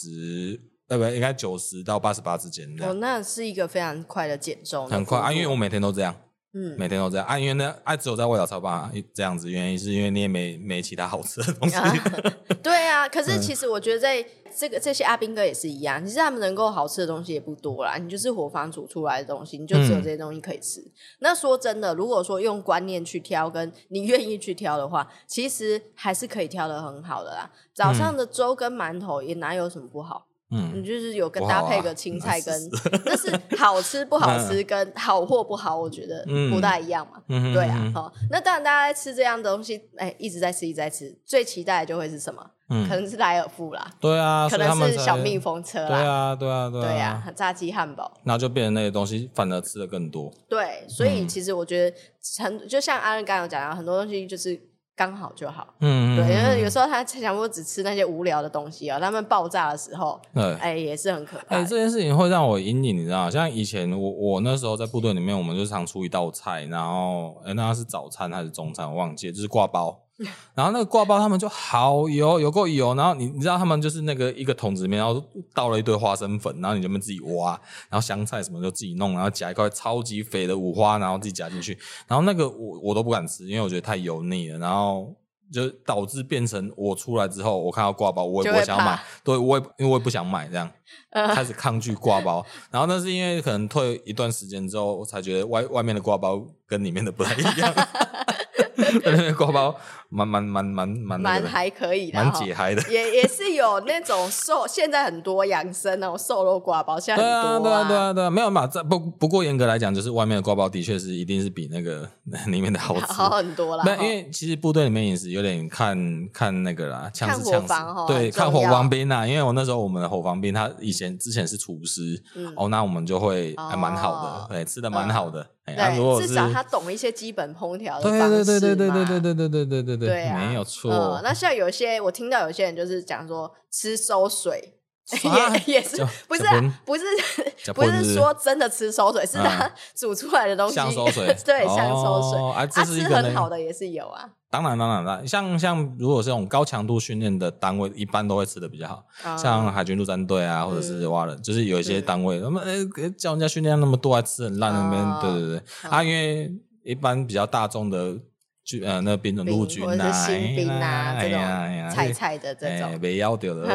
[SPEAKER 1] 80，应该90到88之间。
[SPEAKER 2] 那是一个非常快的减重，
[SPEAKER 1] 很快啊，因为我每天都这样。每天都这样啊，因为只有在外岛才有办法这样子，原因是因为你也没其他好吃的东西。
[SPEAKER 2] 对啊，可是其实我觉得在这些阿兵哥也是一样，其实他们能够好吃的东西也不多啦，你就是伙房煮出来的东西，你就只有这些东西可以吃。那说真的，如果说用观念去挑，跟你愿意去挑的话，其实还是可以挑得很好的啦。早上的粥跟馒头也哪有什么不好。你就是有个搭配个青菜跟那是好吃不好吃跟好或不好，我觉得不大一样嘛。对啊，那当然大家在吃这样的东西，一直在吃，最期待的就会是什么？可能是莱尔富啦，
[SPEAKER 1] 对啊，
[SPEAKER 2] 可能是小蜜蜂车啦，
[SPEAKER 1] 对啊，
[SPEAKER 2] 炸鸡汉堡，
[SPEAKER 1] 然后就变成那些东西反而吃的更多。
[SPEAKER 2] 对，所以其实我觉得就像阿任刚刚有讲到，很多东西就是刚好就好，对，因为有时候他强迫只吃那些无聊的东西他们爆炸的时候，也是很可怕。
[SPEAKER 1] 这件事情会让我阴影，你知道吗？像以前我那时候在部队里面，我们就常出一道菜，然后那是早餐还是中餐，我忘记了，就是挂包。然后那个挂包他们就好油，有够油，然后你知道他们就是那个一个桶子里面，然后倒了一堆花生粉，然后你就自己挖，然后香菜什么就自己弄，然后夹一块超级肥的五花，然后自己夹进去，然后那个我都不敢吃，因为我觉得太油腻了，然后就导致变成我出来之后，我看到挂包我也不想买，对，因为我也不想买，这样开始抗拒挂包。然后那是因为可能退一段时间之后，我才觉得外面的挂包跟里面的不太一样。那边挂包蛮
[SPEAKER 2] 还可以的，
[SPEAKER 1] 蛮解嗨的，
[SPEAKER 2] 也是有那种现在很多养生那种瘦肉挂包，现在很多
[SPEAKER 1] 对啊，没有嘛，不过严格来讲，就是外面的挂包的确是一定是比那个里面的好吃，
[SPEAKER 2] 好很多啦。
[SPEAKER 1] 因为其实部队里面饮食有点看那个啦，
[SPEAKER 2] 看伙房
[SPEAKER 1] 对，看伙房兵啦，因为我那时候我们的伙房兵他之前是厨师，那我们就会还蛮好的，对，吃的蛮好的。
[SPEAKER 2] 对，至少他懂一些基本烹调的方式嘛。对啊，
[SPEAKER 1] 没有错。
[SPEAKER 2] 那像我听到有些人就是讲说吃馊水，也是不是说真的吃馊水，是他煮出来的东西
[SPEAKER 1] 像馊水，
[SPEAKER 2] 对，像馊水。
[SPEAKER 1] 这是一个
[SPEAKER 2] 很好的也是有啊。
[SPEAKER 1] 当然，像如果是这种高强度训练的单位，一般都会吃的比较好，像海军陆战队啊，或者是蛙人，就是有一些单位，他们叫人家训练那么多，还吃很烂那边，对因为一般比较大众的那兵种陆军
[SPEAKER 2] 啊，新兵啊，这种菜的这种，
[SPEAKER 1] 没要丢的，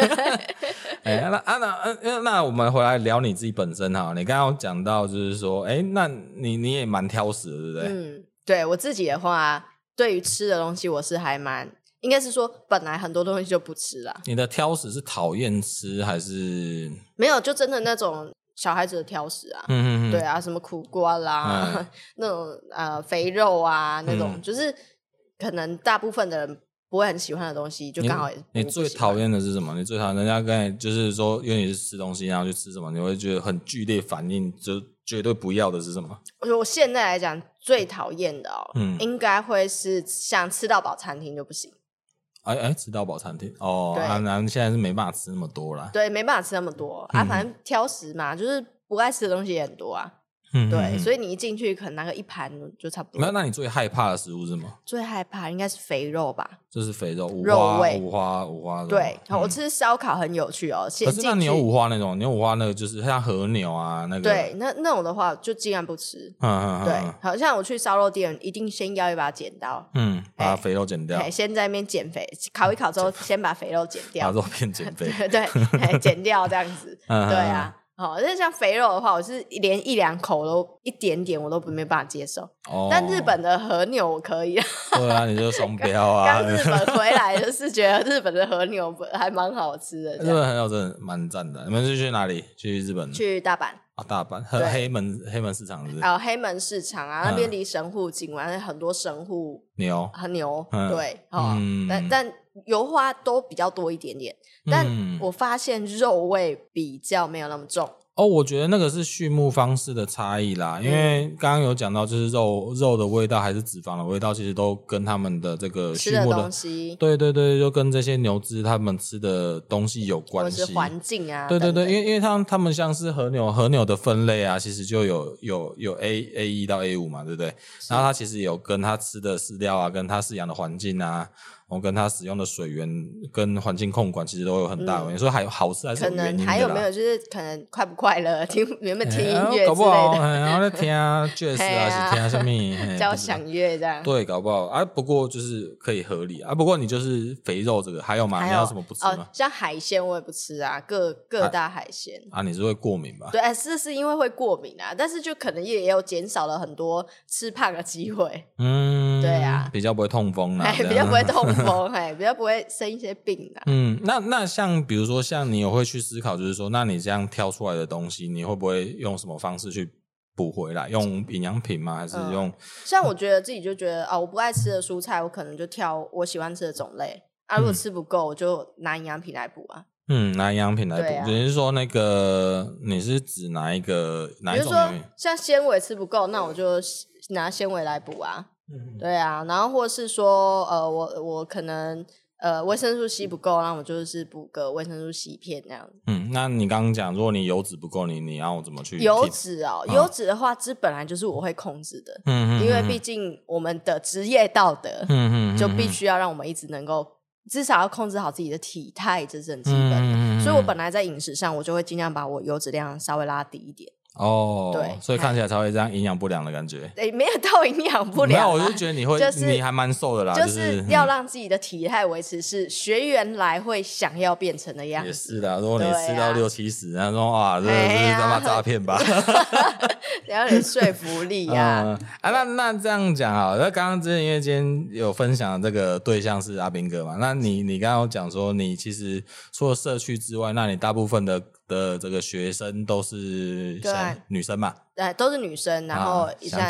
[SPEAKER 1] 那我们回来聊你自己本身哈，你刚刚讲到就是说，那你也蛮挑食的，对不对？
[SPEAKER 2] 对我自己的话。对于吃的东西，我是还蛮，应该是说本来很多东西就不吃啦。
[SPEAKER 1] 你的挑食是讨厌吃还是
[SPEAKER 2] 没有？就真的那种小孩子的挑食啊，对啊，什么苦瓜啦，那种肥肉啊，那种就是可能大部分的人不会很喜欢的东西，就刚好也
[SPEAKER 1] 你最讨厌的是什么？你最讨厌人家刚才就是说，因为你是吃东西，然后去吃什么，你会觉得很剧烈反应，就绝对不要的是什么？
[SPEAKER 2] 我现在来讲最讨厌的应该会是像吃到饱餐厅就不行。
[SPEAKER 1] 吃到饱餐厅那现在是没办法吃那么多啦。
[SPEAKER 2] 对，没办法吃那么多反正挑食嘛，就是不爱吃的东西也很多啊。对，所以你一进去可能拿个一盘就差不多。
[SPEAKER 1] 那你最害怕的食物是什么？
[SPEAKER 2] 最害怕应该是肥肉吧，
[SPEAKER 1] 就是肥肉，
[SPEAKER 2] 肉味，
[SPEAKER 1] 五花。
[SPEAKER 2] 对，我吃烧烤很有趣可
[SPEAKER 1] 是那你有五花那种，你有五花那个就是像和牛啊那个。
[SPEAKER 2] 对，那种的话就尽量不吃。对，好像我去烧肉店一定先要一把剪刀，
[SPEAKER 1] 把肥肉剪掉，
[SPEAKER 2] 先在那边减肥，烤一烤之后先把肥肉剪掉，
[SPEAKER 1] 把肉片减肥，
[SPEAKER 2] 对，剪掉这样子。对啊。就是像肥肉的话，我是连1-2口都一点点我都没办法接受。但日本的和牛我可以。
[SPEAKER 1] 对啊，你就双标啊！
[SPEAKER 2] 刚日本回来就是觉得日本的和牛还蛮好吃的。
[SPEAKER 1] 日本和牛真的蛮赞的。你们是去哪里？去日本？
[SPEAKER 2] 去大阪。
[SPEAKER 1] 大阪黑门市场是不是？
[SPEAKER 2] 黑门市场那边离神户近嘛，很多神户牛。对，但油花都比较多一点点，但我发现肉味比较没有那么重。
[SPEAKER 1] 我觉得那个是畜牧方式的差异啦，因为刚刚有讲到，就是肉的味道还是脂肪的味道，其实都跟他们的这个畜牧的
[SPEAKER 2] 东西，
[SPEAKER 1] 对，就跟这些牛只他们吃的东西有关系，
[SPEAKER 2] 或是环境啊，
[SPEAKER 1] 对，因为他们像是和牛的分类啊，其实就有 A1 到 A5 嘛，对不对？然后它其实有跟它吃的饲料啊，跟它饲养的环境啊。跟它使用的水源跟环境控管其实都有很大的原因，所以还有好吃还是有原因的啦。
[SPEAKER 2] 可能还有没有就是可能快不快乐，有没有听音乐之类的，
[SPEAKER 1] 搞不好然后在听爵士是听什么
[SPEAKER 2] 交响乐这样。
[SPEAKER 1] 对，搞不好不过就是可以合理不过你就是肥肉这个还有吗？你还有什么不吃吗？
[SPEAKER 2] 像海鲜我也不吃各大海鲜
[SPEAKER 1] 你是会过敏吧？
[SPEAKER 2] 对，是因为会过敏但是就可能也有减少了很多吃胖的机会。对啊，
[SPEAKER 1] 比较不会痛风
[SPEAKER 2] 比较不会痛风比较不会生一些病
[SPEAKER 1] 那像比如说像你有会去思考，就是说那你这样挑出来的东西，你会不会用什么方式去补回来？用营养品吗？还是用
[SPEAKER 2] 像我觉得自己就觉得我不爱吃的蔬菜，我可能就挑我喜欢吃的种类如果吃不够我就拿营养品来补
[SPEAKER 1] 拿营养品来补。就是说那个你是指哪一种营养品？比如说
[SPEAKER 2] 像纤维吃不够，那我就拿纤维来补对啊，然后或是说我可能维生素 C 不够，那我就是补个维生素 C 片这样子。
[SPEAKER 1] 那你刚刚讲如果你油脂不够，你要怎么去
[SPEAKER 2] 油脂油脂的话这本来就是我会控制的。因为毕竟我们的职业道德就必须要让我们一直能够至少要控制好自己的体态，这是很基本的。所以我本来在饮食上我就会尽量把我油脂量稍微拉低一点。
[SPEAKER 1] 对，所以看起来才会这样营养不良的感觉。
[SPEAKER 2] 没有到营养不良
[SPEAKER 1] 没有，我就觉得你还蛮瘦的啦，
[SPEAKER 2] 就是要让自己的体态维持是学员来会想要变成的样子。
[SPEAKER 1] 也是的，如果你吃到60-70，然后说哇，这是他妈诈骗吧？
[SPEAKER 2] 要有说服力
[SPEAKER 1] 那这样讲那刚刚因为今天有分享这个对象是阿兵哥嘛，那你刚刚有讲说你其实除了社区之外，那你大部分的这个学生都是女生嘛？
[SPEAKER 2] 都是女生，然后比较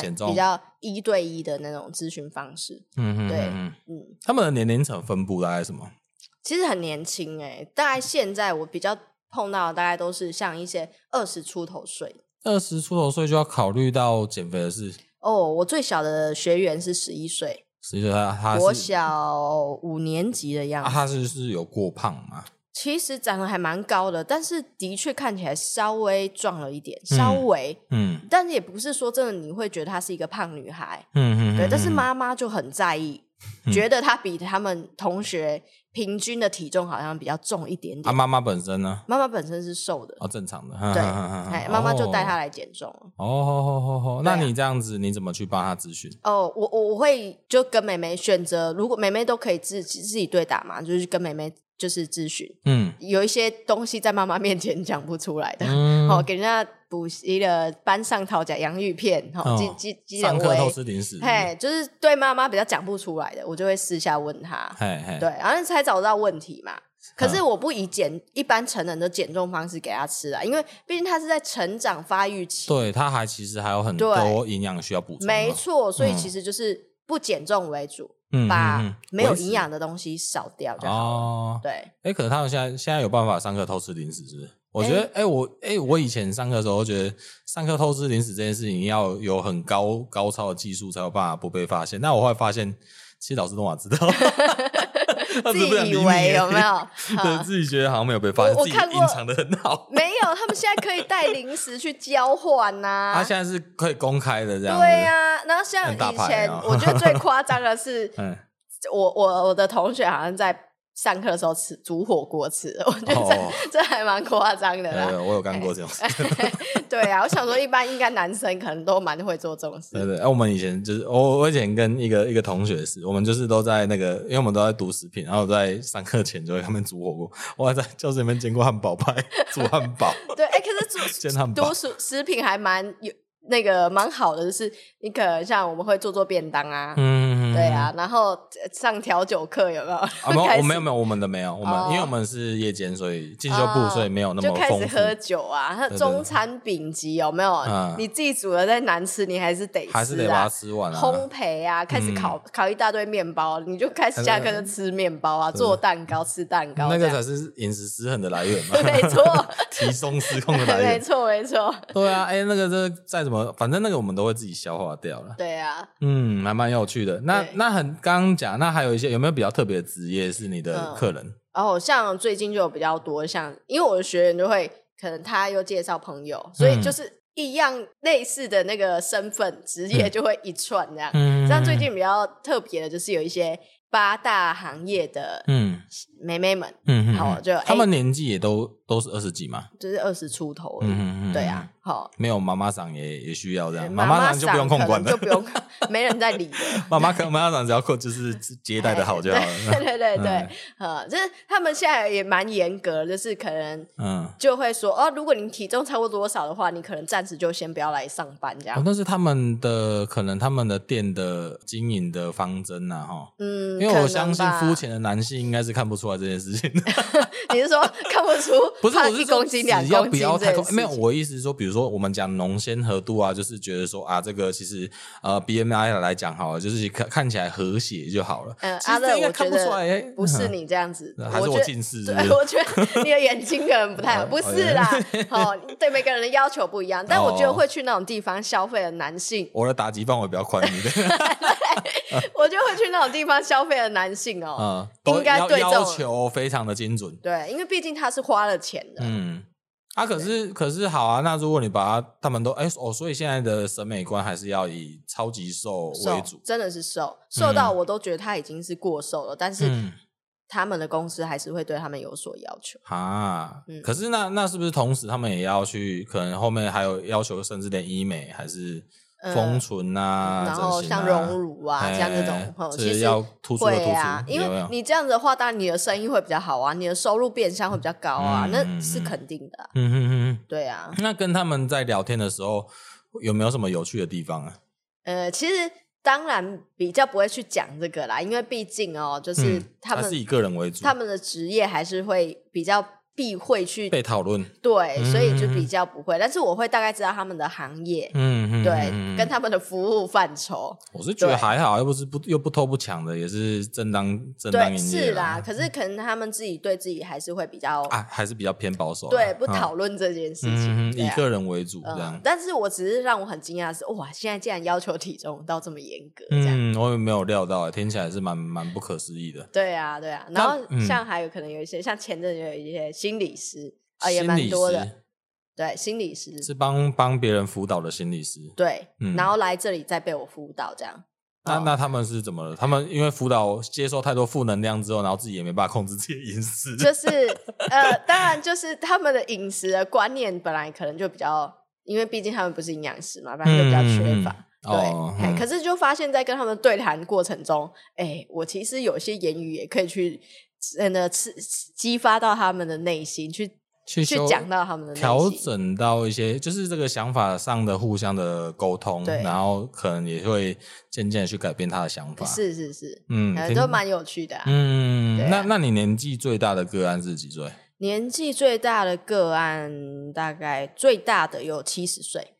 [SPEAKER 2] 1对1的那种咨询方式。对，
[SPEAKER 1] 他们的年龄层分布大概什么？
[SPEAKER 2] 其实很年轻大概现在我比较碰到的大概都是像一些20出头岁
[SPEAKER 1] ，20出头岁就要考虑到减肥的事。
[SPEAKER 2] 我最小的学员是11岁
[SPEAKER 1] ，11岁他
[SPEAKER 2] 国小5年级的样子。
[SPEAKER 1] 他是有过胖吗？
[SPEAKER 2] 其实长得还蛮高的，但是的确看起来稍微壮了一点，稍微，但是也不是说真的你会觉得她是一个胖女孩，对，但是妈妈就很在意，觉得她比他们同学平均的体重好像比较重一点点。
[SPEAKER 1] 妈妈本身呢？
[SPEAKER 2] 妈妈本身是瘦的，
[SPEAKER 1] 正常的，
[SPEAKER 2] 对，妈妈就带她来减重。
[SPEAKER 1] 那你这样子你怎么去帮她咨询？
[SPEAKER 2] 我会就跟妹妹选择，如果妹妹都可以自己对打嘛，就是跟妹妹就是咨询，有一些东西在妈妈面前讲不出来的，给人家补习的班上讨假洋芋片，
[SPEAKER 1] 上课偷吃零食，
[SPEAKER 2] 就是对妈妈比较讲不出来的，我就会私下问她，对，然后才找到问题嘛。可是我不以一般成人的减重方式给他吃因为毕竟他是在成长发育期，
[SPEAKER 1] 对，他其实还有很多营养需要补充。
[SPEAKER 2] 没错，所以其实就是不减重为主，把没有营养的东西少掉就好了。对，
[SPEAKER 1] 可能他们现在有办法上课偷吃零食，是不是？我觉得，我以前上课的时候，觉得上课偷吃零食这件事情要有很高超的技术才有办法不被发现。但我后来发现，其实老师都知道。
[SPEAKER 2] 自己以为有没有？
[SPEAKER 1] 对，自己觉得好像没有被发现，自己隐藏的很好。
[SPEAKER 2] 没有，他们现在可以带零食去交换呐。
[SPEAKER 1] 他现在是可以公开的这样。
[SPEAKER 2] 对呀，然后像以前，我觉得最夸张的是，我的同学好像在上课的时候煮火锅吃，我觉得这还蛮夸张的啦。
[SPEAKER 1] 对，我有干过这种事。
[SPEAKER 2] 对啊，我想说一般应该男生可能都蛮会做这种事。
[SPEAKER 1] 对，我们以前就是我以前跟一个同学是，我们就是都在那个，因为我们都在读食品，然后在上课前就会他们煮火锅。我还在教室里面见过汉堡派煮汉堡。
[SPEAKER 2] 对，可是读食品还蛮有那个蛮好的，就是你可能像我们会做便当啊，对啊，然后上调酒课有没有？
[SPEAKER 1] 没有，我们的没有，因为我们是夜间，所以进修部，所以没有那么丰富。
[SPEAKER 2] 就开始喝酒啊，它中餐丙级有没有？你自己煮的再难吃，你还是得吃啊，
[SPEAKER 1] 还是得把它吃完啊。
[SPEAKER 2] 烘焙啊，开始烤一大堆面包，你就开始下课就吃面包啊，做蛋糕吃蛋糕，
[SPEAKER 1] 那个才是饮食失衡的来源嘛。
[SPEAKER 2] 没错，
[SPEAKER 1] 提松失控的来源。
[SPEAKER 2] 没错。
[SPEAKER 1] 对啊，那个再怎么，反正那个我们都会自己消化掉了。
[SPEAKER 2] 对啊，
[SPEAKER 1] 还蛮有趣的。那刚刚讲，那还有一些有没有比较特别的职业是你的客人？
[SPEAKER 2] 像最近就有比较多，像因为我的学员就会可能他又介绍朋友，所以就是一样类似的那个身份职业就会一串这样。像最近比较特别的就是有一些8大行业的妹妹们，好，就
[SPEAKER 1] 他们年纪也都是20几嘛，
[SPEAKER 2] 就是20出头而已。对啊，好，
[SPEAKER 1] 没有妈妈桑也需要这样，妈妈桑就不用控管了，
[SPEAKER 2] 就不用没人在理的。
[SPEAKER 1] 妈妈桑只要就是接待的好就好了。
[SPEAKER 2] 对，就是他们现在也蛮严格的，就是可能就会说如果你体重超过多少的话，你可能暂时就先不要来上班这样。
[SPEAKER 1] 那是他们的可能他们的店的经营的方针啊，因为我相信肤浅的男性应该是看不出来这件事情。
[SPEAKER 2] 你是说看不出？
[SPEAKER 1] 不是，我是
[SPEAKER 2] 1公斤2公斤
[SPEAKER 1] 不要太没有，我意思是说，比如说我们讲浓鲜合度啊，就是觉得说这个其实BMI 来讲好了，就是看起来和谐就好了。
[SPEAKER 2] 阿乐，我
[SPEAKER 1] 看不出来，
[SPEAKER 2] 不是你这样子，
[SPEAKER 1] 还是我近视？
[SPEAKER 2] 对，我觉得你的眼睛可能不太好，不是啦。对每个人的要求不一样，但我觉得会去那种地方消费的男性，
[SPEAKER 1] 我的打击范围比较宽一点。
[SPEAKER 2] 我就会去那种地方消费的男性应该对
[SPEAKER 1] 要求非常的精准。
[SPEAKER 2] 对，因为毕竟他是花了钱的。
[SPEAKER 1] 可是好啊，那如果你把他们都所以现在的审美观还是要以超级瘦为主，
[SPEAKER 2] 真的是瘦到我都觉得他已经是过瘦了，但是他们的公司还是会对他们有所要求
[SPEAKER 1] 可是那是不是同时他们也要去，可能后面还有要求，甚至连医美还是丰唇
[SPEAKER 2] 然后像隆乳啊像这种其实
[SPEAKER 1] 要突出的突出
[SPEAKER 2] 因为你这样子的话，当然你的生意会比较好啊，你的收入变相会比较高啊，那是肯定的。对啊。
[SPEAKER 1] 那跟他们在聊天的时候有没有什么有趣的地方啊？
[SPEAKER 2] 其实当然比较不会去讲这个啦，因为毕竟就是他们
[SPEAKER 1] 还是以个人为主，
[SPEAKER 2] 他们的职业还是会比较避讳去
[SPEAKER 1] 被讨论，
[SPEAKER 2] 对，所以就比较不会。但是我会大概知道他们的行业，对，跟他们的服务范畴。
[SPEAKER 1] 我是觉得还好，又不偷不抢的，也是正当营业。
[SPEAKER 2] 是啦，可是可能他们自己对自己还是会比较
[SPEAKER 1] 还是比较偏保守，
[SPEAKER 2] 对，不讨论这件事情，
[SPEAKER 1] 以个人为主这样。
[SPEAKER 2] 但是我只是让我很惊讶的是，哇，现在竟然要求体重到这么严格，这样，
[SPEAKER 1] 我也没有料到，听起来是蛮不可思议的。
[SPEAKER 2] 对啊。然后像还有可能有一些，像前阵有一些心理师也蛮多的。对，心理师
[SPEAKER 1] 是帮别人辅导的心理师。
[SPEAKER 2] 对，然后来这里再被我辅导这样。
[SPEAKER 1] 那他们是怎么了？他们因为辅导接受太多负能量之后，然后自己也没办法控制自己的饮食。
[SPEAKER 2] 就是当然就是他们的饮食的观念本来可能就比较，因为毕竟他们不是营养师嘛，本来就比较缺乏。对，可是就发现在跟他们对谈过程中，我其实有些言语也可以去真的激发到他们的内心，去讲到他们的内心，
[SPEAKER 1] 调整到一些就是这个想法上的互相的沟通，然后可能也会渐渐的去改变他的想法。
[SPEAKER 2] 是，都蛮有趣的。
[SPEAKER 1] 那你年纪最大的个案是几岁？
[SPEAKER 2] 年纪最大的个案大概最大的有70岁。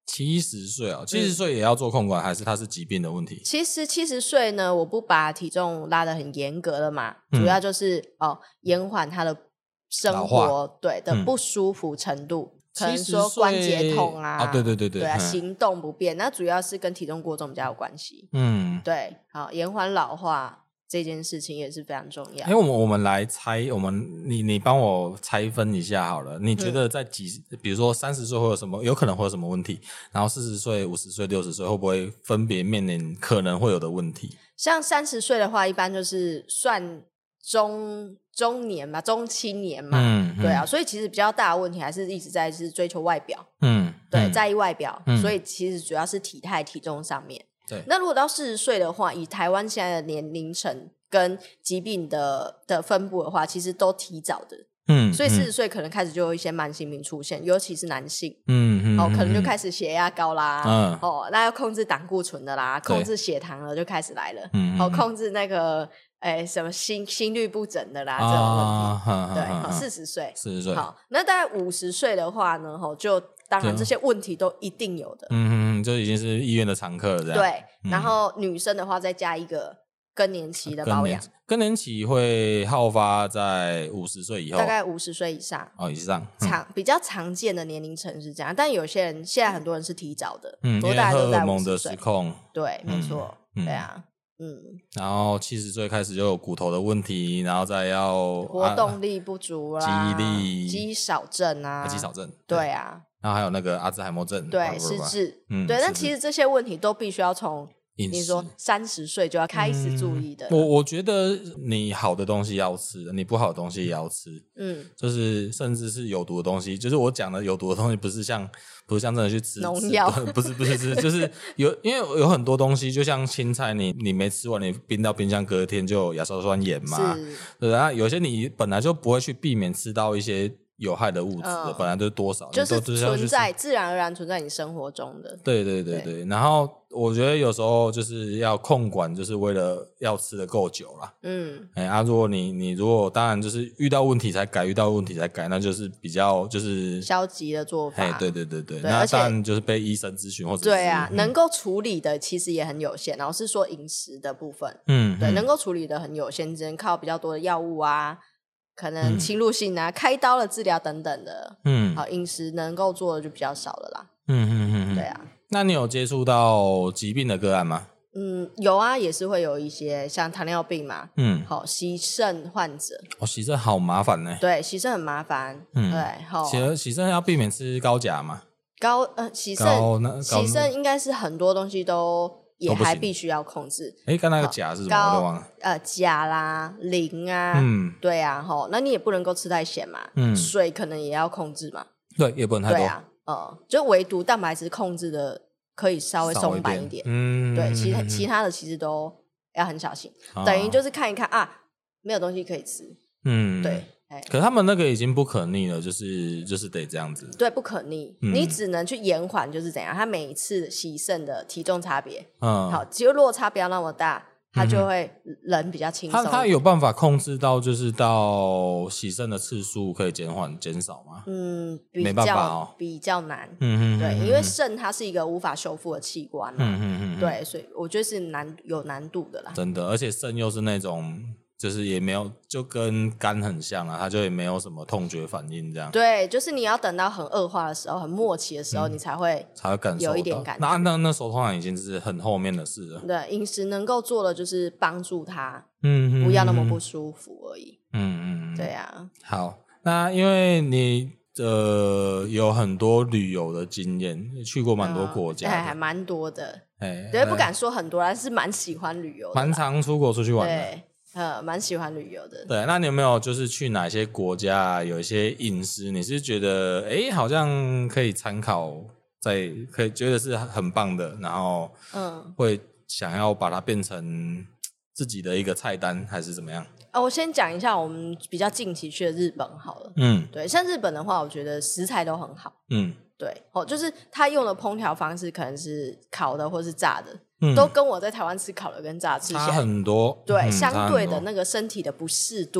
[SPEAKER 1] 70岁啊，70岁也要做控管，还是它是疾病的问题？
[SPEAKER 2] 其实70岁呢，我不把体重拉得很严格了嘛，主要就是延缓他的生活的不舒服程度，可能说关节痛啊，对啊，行动不便，那主要是跟体重过重比较有关系。对，好，延缓老化这件事情也是非常重要。
[SPEAKER 1] 我们来猜，你帮我拆分一下好了。你觉得在比如说30岁会有什么，有可能会有什么问题？然后40岁、50岁、60岁会不会分别面临可能会有的问题？
[SPEAKER 2] 像30岁的话，一般就是算中年嘛，中青年嘛，对啊，所以其实比较大的问题还是一直在是追求外表，对，在意外表，所以其实主要是体态、体重上面。
[SPEAKER 1] 对，
[SPEAKER 2] 那如果到40岁的话，以台湾现在的年龄层跟疾病的分布的话，其实都提早的。所以40岁可能开始就有一些慢性病出现，尤其是男性，可能就开始血压高啦，那要控制胆固醇的啦，控制血糖了就开始来了，控制那个什么心律不整的啦，这种问题，对，40岁，好，那大概50岁的话呢，就当然这些问题都一定有的，
[SPEAKER 1] 就已经是医院的常客了，这样。
[SPEAKER 2] 对，然后女生的话再加一个更年期的保养，
[SPEAKER 1] 更年期会好发在50岁以后，
[SPEAKER 2] 大概50岁以上
[SPEAKER 1] 以上，
[SPEAKER 2] 比较常见的年龄层是这样，但有些人现在很多人是提早的，
[SPEAKER 1] 因为荷尔蒙的失控，
[SPEAKER 2] 对，没错，对啊，
[SPEAKER 1] 然后70岁开始就有骨头的问题，然后再要
[SPEAKER 2] 活动力不足啦，
[SPEAKER 1] 记忆力、
[SPEAKER 2] 肌少症啊，对啊，
[SPEAKER 1] 然后还有那个阿兹海默症，
[SPEAKER 2] 对，失智，对，但其实这些问题都必须要从你说30岁就要开始注意的。
[SPEAKER 1] 我觉得你好的东西要吃，你不好的东西也要吃，就是甚至是有毒的东西，就是我讲的有毒的东西不是像真的去吃
[SPEAKER 2] 农药，
[SPEAKER 1] 不是就是因为有很多东西，就像青菜，你没吃完，你冰到冰箱，隔天就有亚硝酸盐嘛，对啊，有些你本来就不会去避免吃到一些有害的物质的，本来就是多少
[SPEAKER 2] 就是存在自然而然存在你生活中的。
[SPEAKER 1] 对，然后我觉得有时候就是要控管，就是为了要吃的够久啦。如果你如果当然就是遇到问题才改，那就是比较就是
[SPEAKER 2] 消极的做法。
[SPEAKER 1] 对，那当然就是被医生咨询或者
[SPEAKER 2] 对啊，能够处理的其实也很有限。然后是说饮食的部分，对，能够处理的很有限，只能靠比较多的药物啊。可能侵入性啊，开刀的治疗等等的，好，饮食能够做的就比较少了啦。对啊。
[SPEAKER 1] 那你有接触到疾病的个案吗？
[SPEAKER 2] 有啊，也是会有一些像糖尿病嘛，好，洗肾患者。
[SPEAKER 1] 洗肾好麻烦呢。
[SPEAKER 2] 对，洗肾很麻烦。对，好。
[SPEAKER 1] 洗肾要避免吃高钾嘛？
[SPEAKER 2] 洗肾应该是很多东西也还必须要控制。
[SPEAKER 1] 刚那个钾是什么？我都忘了。
[SPEAKER 2] 钾啦、磷啊，对啊，那你也不能够吃太咸嘛。水可能也要控制嘛。
[SPEAKER 1] 对，也不能太多。
[SPEAKER 2] 对啊，就唯独蛋白质控制的可以稍微松绑一点。对，其他的其实都要很小心。等于就是看一看啊，没有东西可以吃。对。
[SPEAKER 1] 可是他们那个已经不可逆了，就是得这样子。
[SPEAKER 2] 对，不可逆，你只能去延缓，就是怎样？他每一次洗肾的体重差别，好，只有落差不要那么大，他就会人比较轻松。
[SPEAKER 1] 他有办法控制到，就是到洗肾的次数可以减少吗？没办法
[SPEAKER 2] 比较难。对，因为肾它是一个无法修复的器官嘛。对，所以我觉得是有难度的啦。
[SPEAKER 1] 真的，而且肾又是那种。就是也没有，就跟肝很像啊，它就也没有什么痛觉反应这样。
[SPEAKER 2] 对，就是你要等到很恶化的时候、很末期的时候，你才会
[SPEAKER 1] 感受到
[SPEAKER 2] 有一点感觉。
[SPEAKER 1] 那时候通常已经是很后面的事了。
[SPEAKER 2] 对，饮食能够做的就是帮助他，不要那么不舒服而已。对啊。
[SPEAKER 1] 好，那因为你有很多旅游的经验，去过蛮多国家，
[SPEAKER 2] 还蛮多的。对，不敢说很多，但是蛮喜欢旅游的，
[SPEAKER 1] 蛮常出国出去玩的。
[SPEAKER 2] 对。蛮喜欢旅游的。
[SPEAKER 1] 对，那你有没有就是去哪些国家有一些饮食，你是觉得好像可以参考，可以觉得是很棒的，然后会想要把它变成自己的一个菜单，还是怎么样？
[SPEAKER 2] 我先讲一下我们比较近期去的日本好了。对，像日本的话，我觉得食材都很好。对，就是他用的烹调方式可能是烤的或是炸的。都跟我在台湾吃烤的跟炸吃起来
[SPEAKER 1] 差很多。
[SPEAKER 2] 对，相对的那个身体的不适度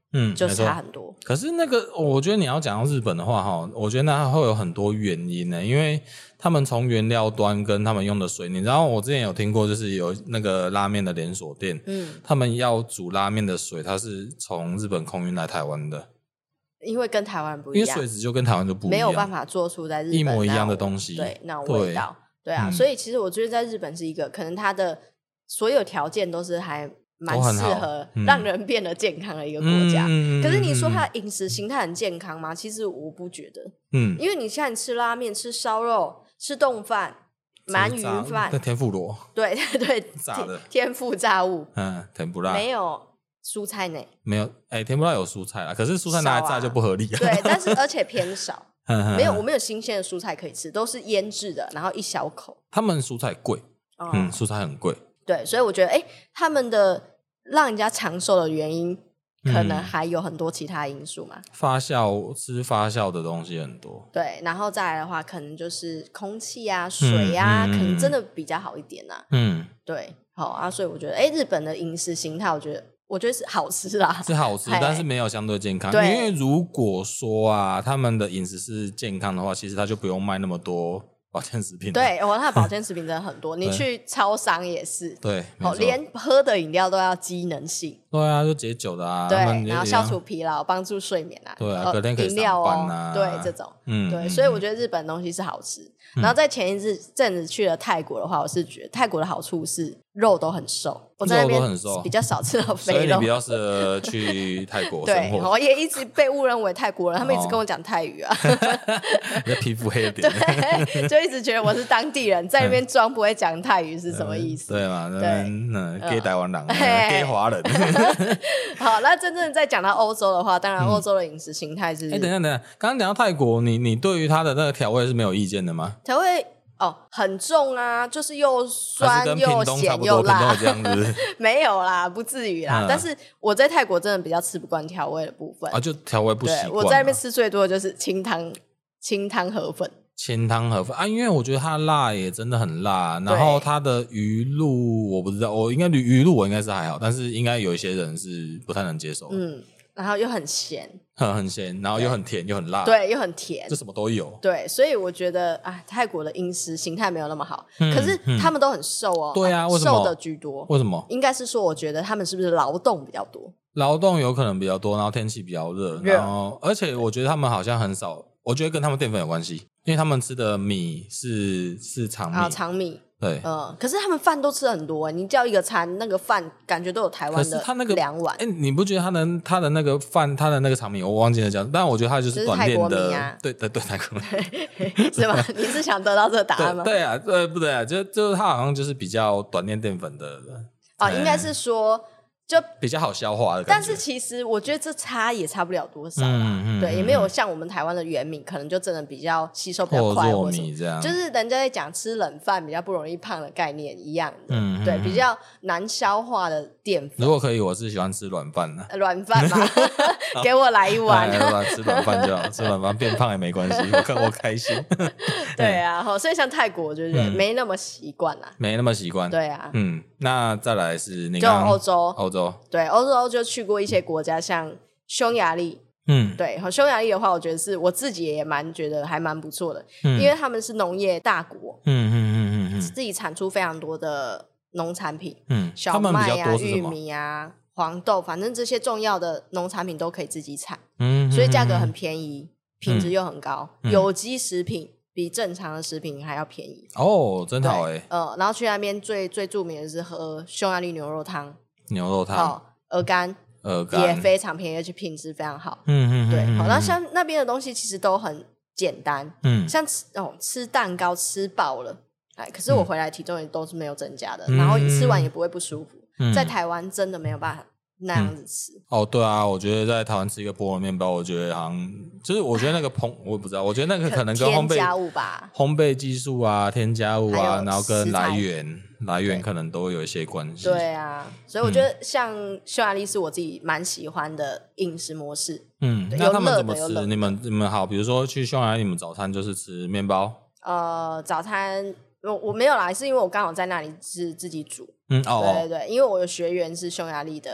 [SPEAKER 2] 就差很多。
[SPEAKER 1] 可是那个我觉得你要讲到日本的话我觉得那会有很多原因因为他们从原料端跟他们用的水，你知道我之前有听过，就是有那个拉面的连锁店，他们要煮拉面的水，它是从日本空运来台湾的，
[SPEAKER 2] 因为跟台湾不一样，
[SPEAKER 1] 因为水质就跟台湾就不一样，
[SPEAKER 2] 没有办法做出在日本
[SPEAKER 1] 一模一样的东西，
[SPEAKER 2] 对，那种味道，对啊，所以其实我觉得在日本是一个可能它的所有条件都是还蛮适合让人变得健康的一个国家。可是你说它的饮食形态很健康吗？其实我不觉得。因为你现在吃拉面、吃烧肉、吃冻饭、鳗鱼饭、
[SPEAKER 1] 天妇罗，
[SPEAKER 2] 对对，
[SPEAKER 1] 炸的
[SPEAKER 2] 天妇炸物，
[SPEAKER 1] 甜不辣
[SPEAKER 2] 没有蔬菜呢？
[SPEAKER 1] 没有，甜不辣有蔬菜啦，可是蔬菜拿来炸就不合理。
[SPEAKER 2] 对，但是而且偏少。我没有新鲜的蔬菜可以吃，都是腌制的，然后一小口。
[SPEAKER 1] 他们蔬菜贵，蔬菜很贵。
[SPEAKER 2] 对，所以我觉得他们的让人家长寿的原因可能还有很多其他因素嘛，吃发酵的东西很多，对，然后再来的话可能就是空气啊水啊可能真的比较好一点啊，对，好啊，所以我觉得日本的饮食形态我觉得是好吃啦，是好吃，
[SPEAKER 1] 但是没有相对健康，因为如果说他们的饮食是健康的话，其实他就不用卖那么多保健食品，
[SPEAKER 2] 对，它的保健食品真的很多你去超商也是，
[SPEAKER 1] 对，
[SPEAKER 2] 连喝的饮料都要机能性，
[SPEAKER 1] 对啊，就解酒的
[SPEAKER 2] 对，然后消除疲劳帮助睡眠
[SPEAKER 1] 对啊，隔天可以上班啊，
[SPEAKER 2] 对，这种对，所以我觉得日本东西是好吃，然后在前一阵子去了泰国的话，我是觉得泰国的好处是肉都很瘦，我在那边比较少吃到肥肉，
[SPEAKER 1] 所以你比较适合去泰国生活。
[SPEAKER 2] 对，我也一直被误认为泰国人，他们一直跟我讲泰语啊，
[SPEAKER 1] 你的皮肤黑一点，
[SPEAKER 2] 对，就一直觉得我是当地人，在那边装不会讲泰语是什么意思？
[SPEAKER 1] 对嘛？对，给台湾人，给华人。
[SPEAKER 2] 好，那真正在讲到欧洲的话，当然欧洲的饮食形态是……
[SPEAKER 1] 等一下，刚刚讲到泰国，你对于它的那个调味是没有意见的吗？
[SPEAKER 2] 调味很重啊，就是又酸又咸又辣，
[SPEAKER 1] 这样子
[SPEAKER 2] 没有啦，不至于啦。但是我在泰国真的比较吃不惯调味的部分
[SPEAKER 1] 就调味不习惯。
[SPEAKER 2] 我在那边吃最多的就是清汤河粉。
[SPEAKER 1] 清汤河粉因为我觉得它辣也真的很辣，然后它的鱼露我不知道，鱼露我应该是还好，但是应该有一些人是不太能接受。
[SPEAKER 2] 然后又很咸，
[SPEAKER 1] 很咸，然后又很甜又很辣，
[SPEAKER 2] 对，又很甜，
[SPEAKER 1] 就什么都有。
[SPEAKER 2] 对，所以我觉得泰国的饮食形态没有那么好，可是他们都很瘦哦。
[SPEAKER 1] 对啊，为什么
[SPEAKER 2] 瘦的居多？
[SPEAKER 1] 为什么？
[SPEAKER 2] 应该是说，我觉得他们是不是劳动比较多？
[SPEAKER 1] 劳动有可能比较多，然后天气比较热，然后而且我觉得他们好像很少，我觉得跟他们淀粉有关系，因为他们吃的米是长米，
[SPEAKER 2] 长米。
[SPEAKER 1] 对，
[SPEAKER 2] 可是他们饭都吃很多你叫一个餐，那个饭感觉都有台湾的2碗。
[SPEAKER 1] 你不觉得他的那个饭，他的那个长米，我忘记了讲，但我觉得他就是短链的，对，泰国米
[SPEAKER 2] 是吗？你是想得到这个答案吗？
[SPEAKER 1] 对啊，不对啊，就是他好像就是比较短链淀粉的
[SPEAKER 2] 应该是说。就
[SPEAKER 1] 比较好消化的感觉，
[SPEAKER 2] 但是其实我觉得这也差不了多少啦，对，也没有像我们台湾的原米，可能就真的比较吸收比较快，
[SPEAKER 1] 或米这样，
[SPEAKER 2] 就是人家在讲吃冷饭比较不容易胖的概念一样的，对，比较难消化的淀粉。
[SPEAKER 1] 如果可以，我是喜欢吃软饭的，
[SPEAKER 2] 软饭嘛，给我来一碗，
[SPEAKER 1] 吃软饭就好，吃软饭变胖也没关系，我开心。
[SPEAKER 2] 对啊，所以像泰国就是没那么习惯啦，
[SPEAKER 1] 没那么习惯，
[SPEAKER 2] 对啊，
[SPEAKER 1] 那再来是你
[SPEAKER 2] 就欧洲。对，欧洲就去过一些国家，像匈牙利，对，匈牙利的话，我觉得是我自己也觉得还蛮不错的，因为他们是农业大国，自己产出非常多的农产品，小麦啊、玉米啊、黄豆，反正这些重要的农产品都可以自己产，所以价格很便宜，品质又很高，有机食品比正常的食品还要便宜
[SPEAKER 1] 真好
[SPEAKER 2] 然后去那边最著名的是喝匈牙利牛肉汤。鹅肝也非常便宜，而且品质非常好。对，好，那像那边的东西其实都很简单，像吃蛋糕吃饱了，可是我回来体重也都是没有增加的，然后吃完也不会不舒服。在台湾真的没有办法那样子吃。
[SPEAKER 1] 对啊，我觉得在台湾吃一个菠萝面包，我觉得好像就是我觉得那个我也不知道，我觉得那个可能跟
[SPEAKER 2] 添加物吧，
[SPEAKER 1] 烘焙技术啊、添加物啊，然后跟来源可能都有一些关系。
[SPEAKER 2] 对啊，所以我觉得像匈牙利是我自己蛮喜欢的饮食模式。
[SPEAKER 1] 那他们怎么吃？你们好，比如说去匈牙利，你们早餐就是吃面包？
[SPEAKER 2] 早餐我没有啦，是因为我刚好在那里是自己煮。对，因为我有学员是匈牙利的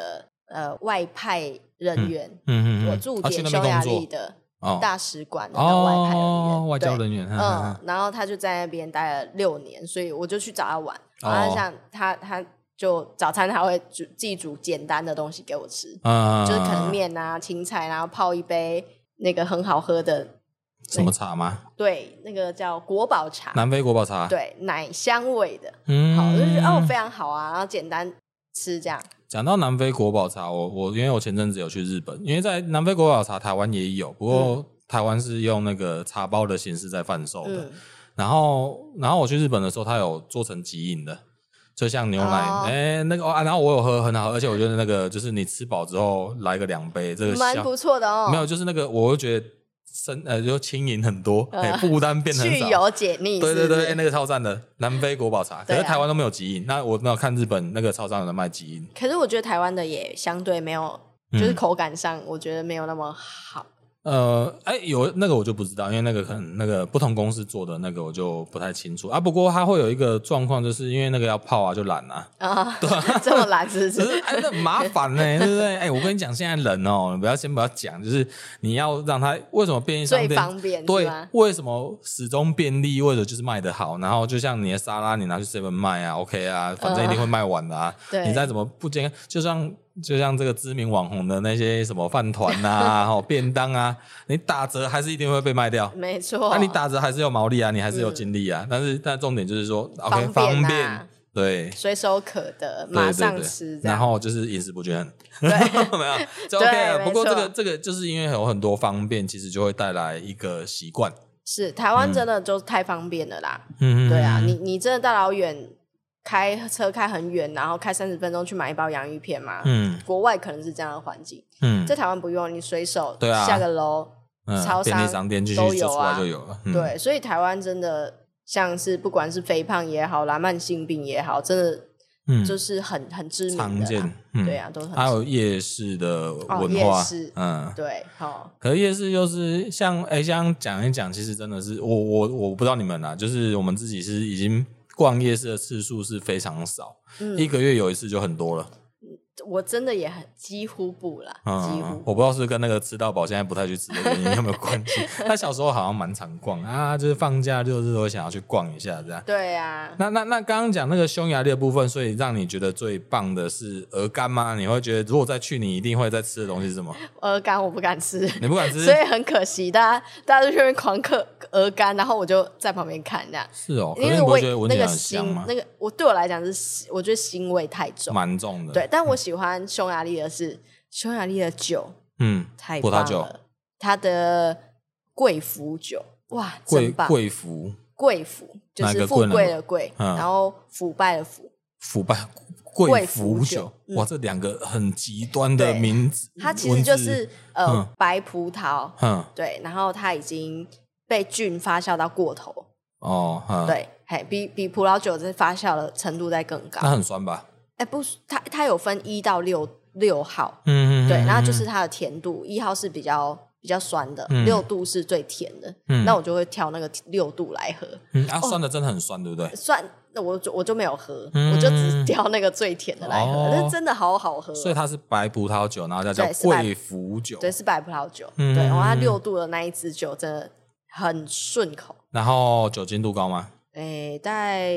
[SPEAKER 2] 外派人员，我驻点匈牙利的大使馆的外派人员，
[SPEAKER 1] 外交人员，
[SPEAKER 2] 然后他就在那边待了6年，所以我就去找他玩。然后像他就早餐他会自己煮简单的东西给我吃，就是可能面啊、青菜，然后泡一杯那个很好喝的
[SPEAKER 1] 什么茶吗？
[SPEAKER 2] 对，那个叫国宝茶，
[SPEAKER 1] 南非国宝茶，
[SPEAKER 2] 对，奶香味的，好，就觉得非常好啊，然后简单吃这样。
[SPEAKER 1] 讲到南非国宝茶，我因为我前阵子有去日本，因为在南非国宝茶台湾也有，不过台湾是用那个茶包的形式在贩售的。然后我去日本的时候，它有做成即饮的，就像牛奶，那个然后我有喝，很好喝，而且我觉得那个就是你吃饱之后来个2杯，这个
[SPEAKER 2] 蛮不错的哦。
[SPEAKER 1] 没有，就是那个我会觉得就轻盈很多，负担变很少，
[SPEAKER 2] 去油解腻。
[SPEAKER 1] 对对对，那个超赞的南非国宝茶，可是台湾都没有即饮。那我没有看日本那个超商有人卖即饮，
[SPEAKER 2] 可是我觉得台湾的也相对没有，就是口感上我觉得没有那么好。
[SPEAKER 1] 有那个我就不知道，因为那个可能那个不同公司做的那个我就不太清楚啊。不过它会有一个状况，就是因为那个要泡啊，就懒啊。对啊，
[SPEAKER 2] 这么懒是不是？
[SPEAKER 1] 那很麻烦呢，对不对？我跟你讲，现在人哦，不要讲，就是你要让它为什么便利商店
[SPEAKER 2] 最方便？
[SPEAKER 1] 对，为什么始终便利？为了就是卖得好，然后就像你的沙拉，你拿去 7 卖啊 ，OK 啊，反正一定会卖完的啊。你再怎么不健康，就像这个知名网红的那些什么饭团啊、便当啊，你打折还是一定会被卖掉。
[SPEAKER 2] 没错，
[SPEAKER 1] 那你打折还是有毛利啊，你还是有精力啊。但重点就是说 ，OK， 方便，对，
[SPEAKER 2] 随手可得，马上吃，
[SPEAKER 1] 然后就是饮食不均衡，对，没有就 OK 了。不过这个就是因为有很多方便，其实就会带来一个习惯。
[SPEAKER 2] 是台湾真的就太方便了啦，对啊，你真的大老远。开车开很远，然后开30分钟去买一包洋芋片嘛？国外可能是这样的环境，在台湾不用，你随手下个楼，超商
[SPEAKER 1] 便利商店
[SPEAKER 2] 都有啊，
[SPEAKER 1] 就有了。
[SPEAKER 2] 对，所以台湾真的像是不管是肥胖也好啦，慢性病也好，真的就是很知名的
[SPEAKER 1] 常见，
[SPEAKER 2] 对啊，都很。
[SPEAKER 1] 还有夜市的文化，
[SPEAKER 2] 夜市，对，
[SPEAKER 1] 可是夜市就是像讲一讲，其实真的是我不知道你们啊，就是我们自己是已经。逛夜市的次数是非常少，1个月有一次就很多了。
[SPEAKER 2] 我真的也几乎不啦，几乎。
[SPEAKER 1] 我不知道是跟那个吃到饱现在不太去吃的原因有没有关系。他小时候好像蛮常逛啊，就是放假6日都想要去逛一下这样。
[SPEAKER 2] 对啊。
[SPEAKER 1] 那刚刚讲那个匈牙利的部分，所以让你觉得最棒的是鹅肝吗？你会觉得如果再去，你一定会再吃的东西是什么？
[SPEAKER 2] 鹅肝我不敢吃，
[SPEAKER 1] 你不敢吃，
[SPEAKER 2] 所以很可惜，大家就去那边狂嗑鹅肝，然后我就在旁边看这样。
[SPEAKER 1] 是哦，因为我觉得闻起来很香吗？
[SPEAKER 2] 那个对我来讲是，我觉得腥味太重，
[SPEAKER 1] 蛮重的。
[SPEAKER 2] 对，但我喜欢匈牙利的是匈牙利的酒，太棒了，
[SPEAKER 1] 葡萄酒，
[SPEAKER 2] 它的贵腐酒，哇，真棒！
[SPEAKER 1] 贵腐
[SPEAKER 2] 就是富贵的贵，然后腐败的腐
[SPEAKER 1] 败。贵腐酒，哇，这2个很极端的名字。
[SPEAKER 2] 它其实就是白葡萄，对，然后它已经被菌发酵到过头，对，比葡萄酒这发酵的程度再更高。
[SPEAKER 1] 那很酸吧？
[SPEAKER 2] 不是，它有分1到6号，对，然后就是它的甜度，1号是比较酸的，6度是最甜的，那我就会挑那个6度来喝。
[SPEAKER 1] 酸的真的很酸，对不对？
[SPEAKER 2] 酸，我就没有喝，我就只挑那个最甜的来喝，但真的好好喝。
[SPEAKER 1] 所以它是白葡萄酒，然后叫贵腐酒，
[SPEAKER 2] 对，是白葡萄酒，对，然后它6度的那一支酒真的很顺口。
[SPEAKER 1] 然后酒精度高吗？
[SPEAKER 2] 大概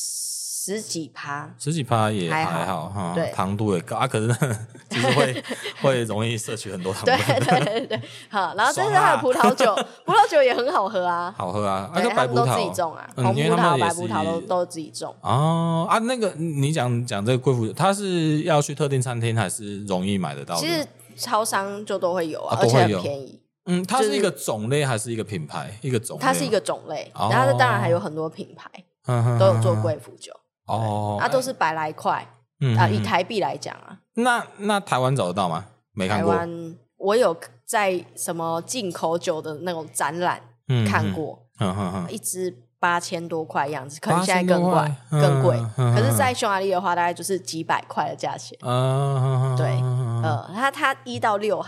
[SPEAKER 2] 10几趴
[SPEAKER 1] ，10几趴也还好哈，对，糖度也高啊，可是其实会容易摄取很多糖分。
[SPEAKER 2] 对，好，然后这是它的葡萄酒，葡萄酒也很好喝啊，
[SPEAKER 1] 好喝啊，
[SPEAKER 2] 他们都自己种啊，红葡萄、白葡萄都自己种
[SPEAKER 1] 那个你讲这个贵腐酒，它是要去特定餐厅还是容易买得到的？
[SPEAKER 2] 其实超商就都会有啊，而且很便宜。
[SPEAKER 1] 它是一个种类还是一个品牌？一个种类，
[SPEAKER 2] 它是一个种类，然后当然还有很多品牌都有做贵腐酒。都是100来块以台币来讲啊。
[SPEAKER 1] 那台湾找得到吗？没看过。
[SPEAKER 2] 台湾我有在什么进口酒的那种展览看过，一支8000多块样子，可能现在更贵。可是，在匈牙利的话，大概就是几百块的价钱。对，它1到6号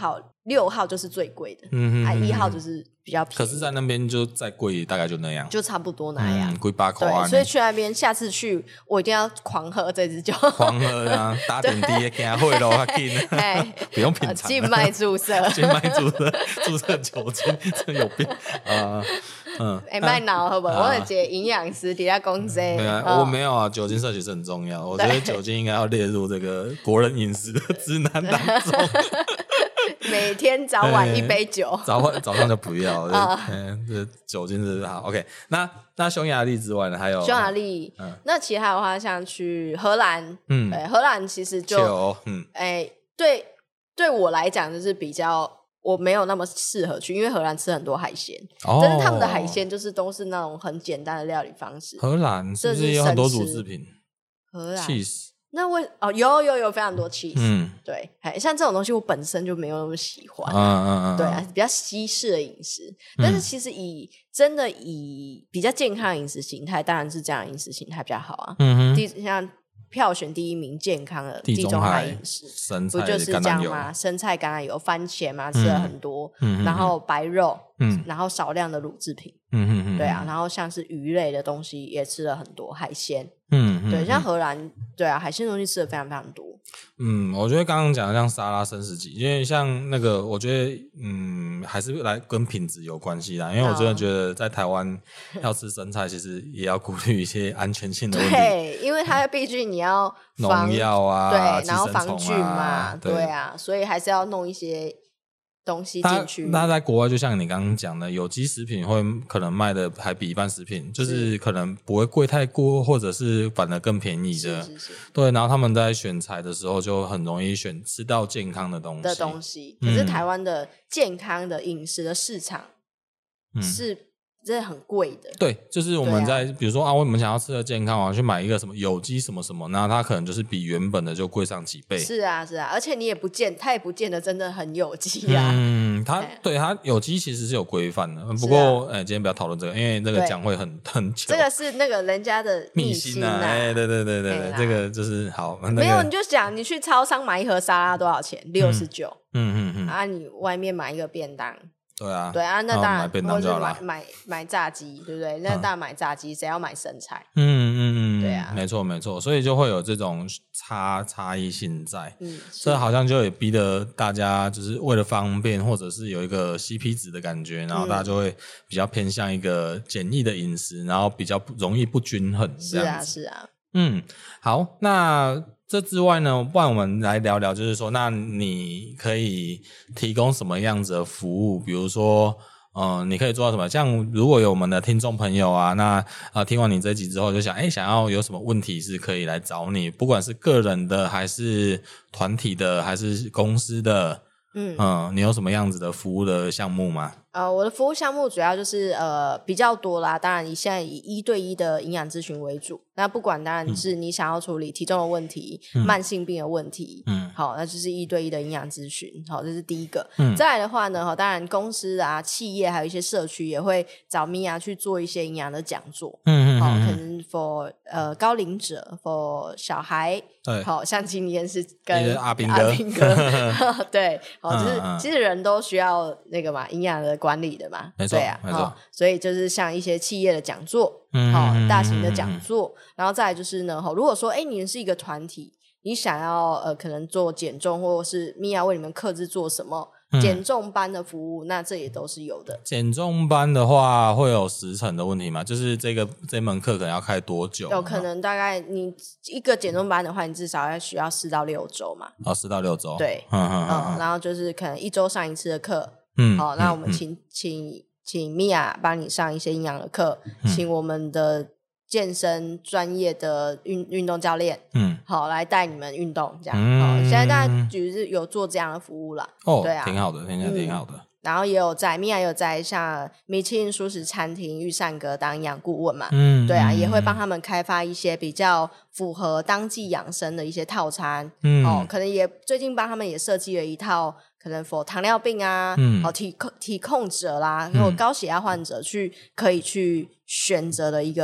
[SPEAKER 2] 6号就是最贵的，1号就是比较便宜。
[SPEAKER 1] 可是在那边就再贵大概就那样，
[SPEAKER 2] 就差不多那样，
[SPEAKER 1] 贵8块啊。
[SPEAKER 2] 所以去那边下次去我一定要狂喝这支酒，
[SPEAKER 1] 狂喝啊，打点滴给他会咯，他紧，不用品尝，
[SPEAKER 2] 静脉注射，
[SPEAKER 1] 静脉注射酒精，真有病啊！
[SPEAKER 2] 卖脑好不好？我有一个营养师底下讲这，
[SPEAKER 1] 我没有啊，酒精摄取是很重要，我觉得酒精应该要列入这个国人饮食的指南当中。
[SPEAKER 2] 每天早晚1杯酒，
[SPEAKER 1] 早上就不要。这酒精是好 OK。那匈牙利之外呢？还有匈
[SPEAKER 2] 牙利，那其他的话，像去荷兰，荷兰其实就，对我来讲就是比较。我没有那么适合去，因为荷兰吃很多海鲜，但是他们的海鲜就是都是那种很简单的料理方式。
[SPEAKER 1] 荷兰是不是有很多乳制品？
[SPEAKER 2] 荷兰
[SPEAKER 1] cheese
[SPEAKER 2] 那有非常多 cheese，对，像这种东西我本身就没有那么喜欢，对啊，比较西式的饮食。但是其实真的以比较健康的饮食形态，当然是这样的饮食形态比较好啊。像票选第1名健康的地中海饮食，不就是这样吗？生菜、橄榄油、番茄嘛，吃了很多，然后白肉，然后少量的乳制品，对啊，然后像是鱼类的东西也吃了很多，海鲜，对，像荷兰，对啊，海鲜东西吃的非常非常多。
[SPEAKER 1] 我觉得刚刚讲的像沙拉、生食级，因为像那个，我觉得还是来跟品质有关系啦。因为我真的觉得在台湾要吃生菜，其实也要顾虑一些安全性的问题。
[SPEAKER 2] 对，因为它毕竟你要
[SPEAKER 1] 农药啊，
[SPEAKER 2] 对，然后防菌嘛，对啊，所以还是要弄一些东西进去。
[SPEAKER 1] 那在国外，就像你刚刚讲的，有机食品会可能卖的还比一般食品，就是可能不会贵太多，或者是反而更便宜的。是。对，然后他们在选材的时候就很容易吃到健康的东西。
[SPEAKER 2] 可是台湾的健康的饮食的市场是真的很贵的。
[SPEAKER 1] 对，就是我们在比如说我们想要吃的健康，我要去买一个什么有机什么什么，那它可能就是比原本的就贵上几倍。
[SPEAKER 2] 是啊，而且你它也不见得真的很有机啊。
[SPEAKER 1] 它有机其实是有规范的，不过今天不要讨论这个，因为这个讲会很久。
[SPEAKER 2] 这个是那个人家的
[SPEAKER 1] 秘辛啊，对，这个就是好。
[SPEAKER 2] 没有，你就想你去超商买一盒沙拉多少钱？69。你外面买一个便当。
[SPEAKER 1] 对啊，
[SPEAKER 2] 那当然，或者买炸鸡，对不对？那当然买炸鸡，谁要买生菜？对啊，
[SPEAKER 1] 没错，所以就会有这种差异性在。这好像就也逼得大家就是为了方便，或者是有一个 CP 值的感觉，然后大家就会比较偏向一个简易的饮食，然后比较容易不均衡这样子。
[SPEAKER 2] 是啊。
[SPEAKER 1] 好，那这之外呢，不然我们来聊聊，就是说，那你可以提供什么样子的服务？比如说，你可以做到什么？像如果有我们的听众朋友啊，那听完你这集之后，就想要有什么问题是可以来找你，不管是个人的，还是团体的，还是公司的，你有什么样子的服务的项目吗？
[SPEAKER 2] 我的服务项目主要就是比较多啦，当然现在以1对1的营养咨询为主。那不管当然是你想要处理体重的问题、慢性病的问题，好，那就是1对1的营养咨询，好，这是第一个。再来的话呢，当然公司啊、企业还有一些社区也会找Mia去做一些营养的讲座，好，可能 for 高龄者 for 小孩，
[SPEAKER 1] 对，
[SPEAKER 2] 好像今年是跟
[SPEAKER 1] 阿兵哥，
[SPEAKER 2] 对，好，就是其实人都需要那个嘛营养的管理的嘛，
[SPEAKER 1] 没错，没错，
[SPEAKER 2] 所以就是像一些企业的讲座，大型的讲座，然后再来就是呢，如果说你们是一个团体，你想要可能做减重，或者是Mia为你们客制做什么减重班的服务，那这也都是有的。
[SPEAKER 1] 减重班的话会有时程的问题吗？就是这门课可能要开多久？
[SPEAKER 2] 有可能大概你一个减重班的话，你至少要需要4到6周嘛。
[SPEAKER 1] 4到6周，
[SPEAKER 2] 对，然后就是可能1周上1次的课，好，那我们请Mia帮你上一些营养的课，请我们的健身专业的运动教练，好来带你们运动，这样，现在大家就是有做这样的服务啦，对啊，
[SPEAKER 1] 挺好的，听起来挺好的。
[SPEAKER 2] 然后Mia有在像米其林素食餐厅御膳阁当营养顾问嘛，对啊，也会帮他们开发一些比较符合当季养生的一些套餐，可能也最近帮他们也设计了一套可能 for 糖尿病啊，体控者啦，或高血压患者可以去选择的一个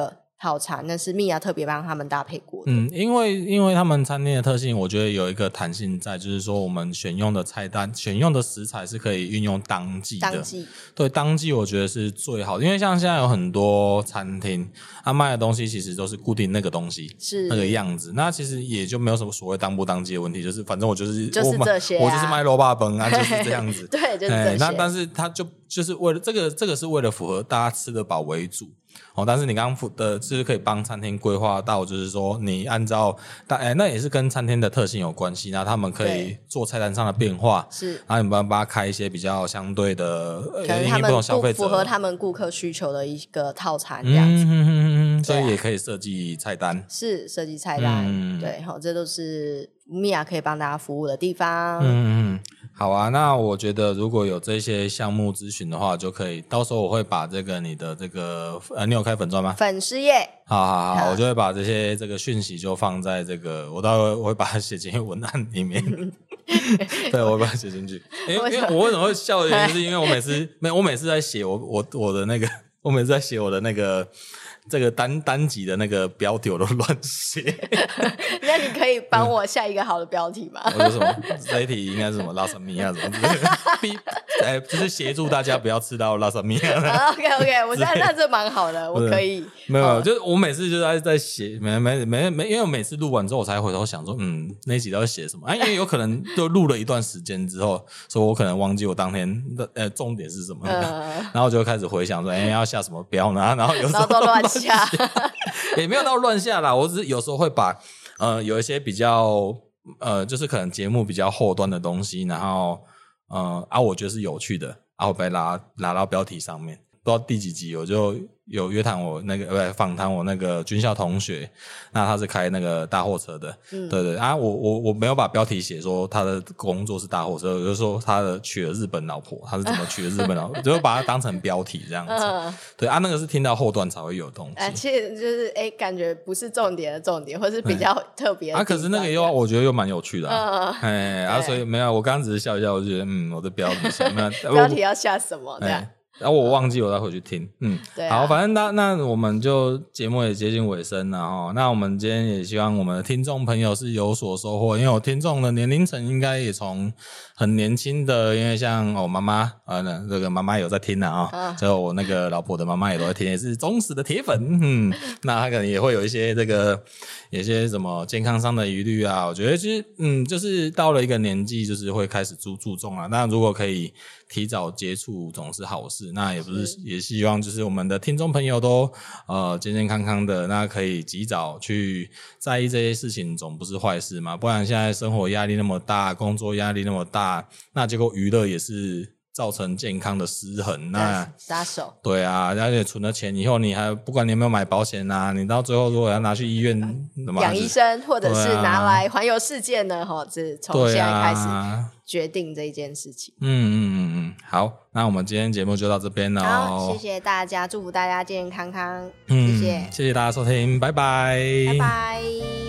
[SPEAKER 2] 套餐，那是米娅特别帮他们搭配过的。
[SPEAKER 1] 因为他们餐厅的特性，我觉得有一个弹性在，就是说我们选用的菜单、选用的食材是可以运用当季的。对，当季我觉得是最好的，因为像现在有很多餐厅，他卖的东西其实都是固定那个东西，
[SPEAKER 2] 是
[SPEAKER 1] 那个样子，那其实也就没有什么所谓当不当季的问题，就是反正我就是
[SPEAKER 2] 这些、
[SPEAKER 1] 我就是卖肉霸崩啊，就是这样子。
[SPEAKER 2] 对，就是这些。
[SPEAKER 1] 那但是他就是为了这个是为了符合大家吃得饱为主。但是你刚刚的就是可以帮餐厅规划到，就是说你按照那也是跟餐厅的特性有关系，那他们可以做菜单上的变化，
[SPEAKER 2] 是，
[SPEAKER 1] 然后你帮他开一些比较相对的，
[SPEAKER 2] 可能他们符合他们顾客需求的一个套餐这样子，
[SPEAKER 1] 所以也可以设计菜单，
[SPEAKER 2] 是设计菜单，对，这都是米娅可以帮大家服务的地方。
[SPEAKER 1] 好啊，那我觉得如果有这些项目咨询的话，就可以到时候我会把这个你的这个你有开粉专吗？
[SPEAKER 2] 粉丝页，
[SPEAKER 1] 好，我就会把这个讯息就放在这个，我会把它写进文案里面。对，我会把它写进去。因为我为什么会笑的原因，是因为我每次在写我的那个，我每次在写我的那个。这个单集的那个标题我都乱写。
[SPEAKER 2] 那你可以帮我下一个好的标题吗？
[SPEAKER 1] 我说什么？这一题应该是什么拉萨米亚什么之类的，就是协助大家不要吃到拉萨米亚。
[SPEAKER 2] OK， 我觉得那这蛮好的，我可以。
[SPEAKER 1] 没有，就是我每次就在写，没，因为我每次录完之后，我才回头想说，那一集要写什么？因为有可能就录了一段时间之后，所以我可能忘记我当天的重点是什么，然后我就开始回想说，要下什么标呢？然后有时候
[SPEAKER 2] 都乱下，
[SPEAKER 1] 也没有到乱下啦。我只是有时候会把有一些比较就是可能节目比较后端的东西，然后我觉得是有趣的，我被拉到标题上面。不知道第几集我就有约谈我那个访谈我那个军校同学，那他是开那个大货车的，对我没有把标题写说他的工作是大货车，我就说他的娶了日本老婆，他是怎么娶了日本老婆，就把它当成标题这样子。对那个是听到后段才会有东西，
[SPEAKER 2] 其实就是感觉不是重点的重点，或是比较特别的
[SPEAKER 1] 可是那个我觉得又蛮有趣的所以没有，我刚刚只是笑一笑，我就觉得我的标题
[SPEAKER 2] 标题要下什么这样。
[SPEAKER 1] 然后我忘记，我再回去听。
[SPEAKER 2] 对
[SPEAKER 1] 好，反正那我们就节目也接近尾声了那我们今天也希望我们的听众朋友是有所收获，因为我听众的年龄层应该也从很年轻的，因为像我妈妈这个妈妈有在听所以我那个老婆的妈妈也都在听，也是忠实的铁粉。那她可能也会有一些有些什么健康上的疑虑啊，我觉得其实就是到了一个年纪，就是会开始注重啊。那如果可以提早接触总是好事，那也不是也希望就是我们的听众朋友都健健康康的，那可以及早去在意这些事情，总不是坏事嘛。不然现在生活压力那么大，工作压力那么大，那结果娱乐也是造成健康的失衡，那
[SPEAKER 2] 杀手。
[SPEAKER 1] 对而且存了钱以后，你还不管你有没有买保险你到最后如果要拿去医院
[SPEAKER 2] 养医生，或者是拿来环游世界呢？这从现在开始决定这一件事情。
[SPEAKER 1] 好，那我们今天节目就到这边了。
[SPEAKER 2] 好，谢谢大家，祝福大家健健康康。
[SPEAKER 1] 谢谢大家收听，拜拜，
[SPEAKER 2] 拜拜。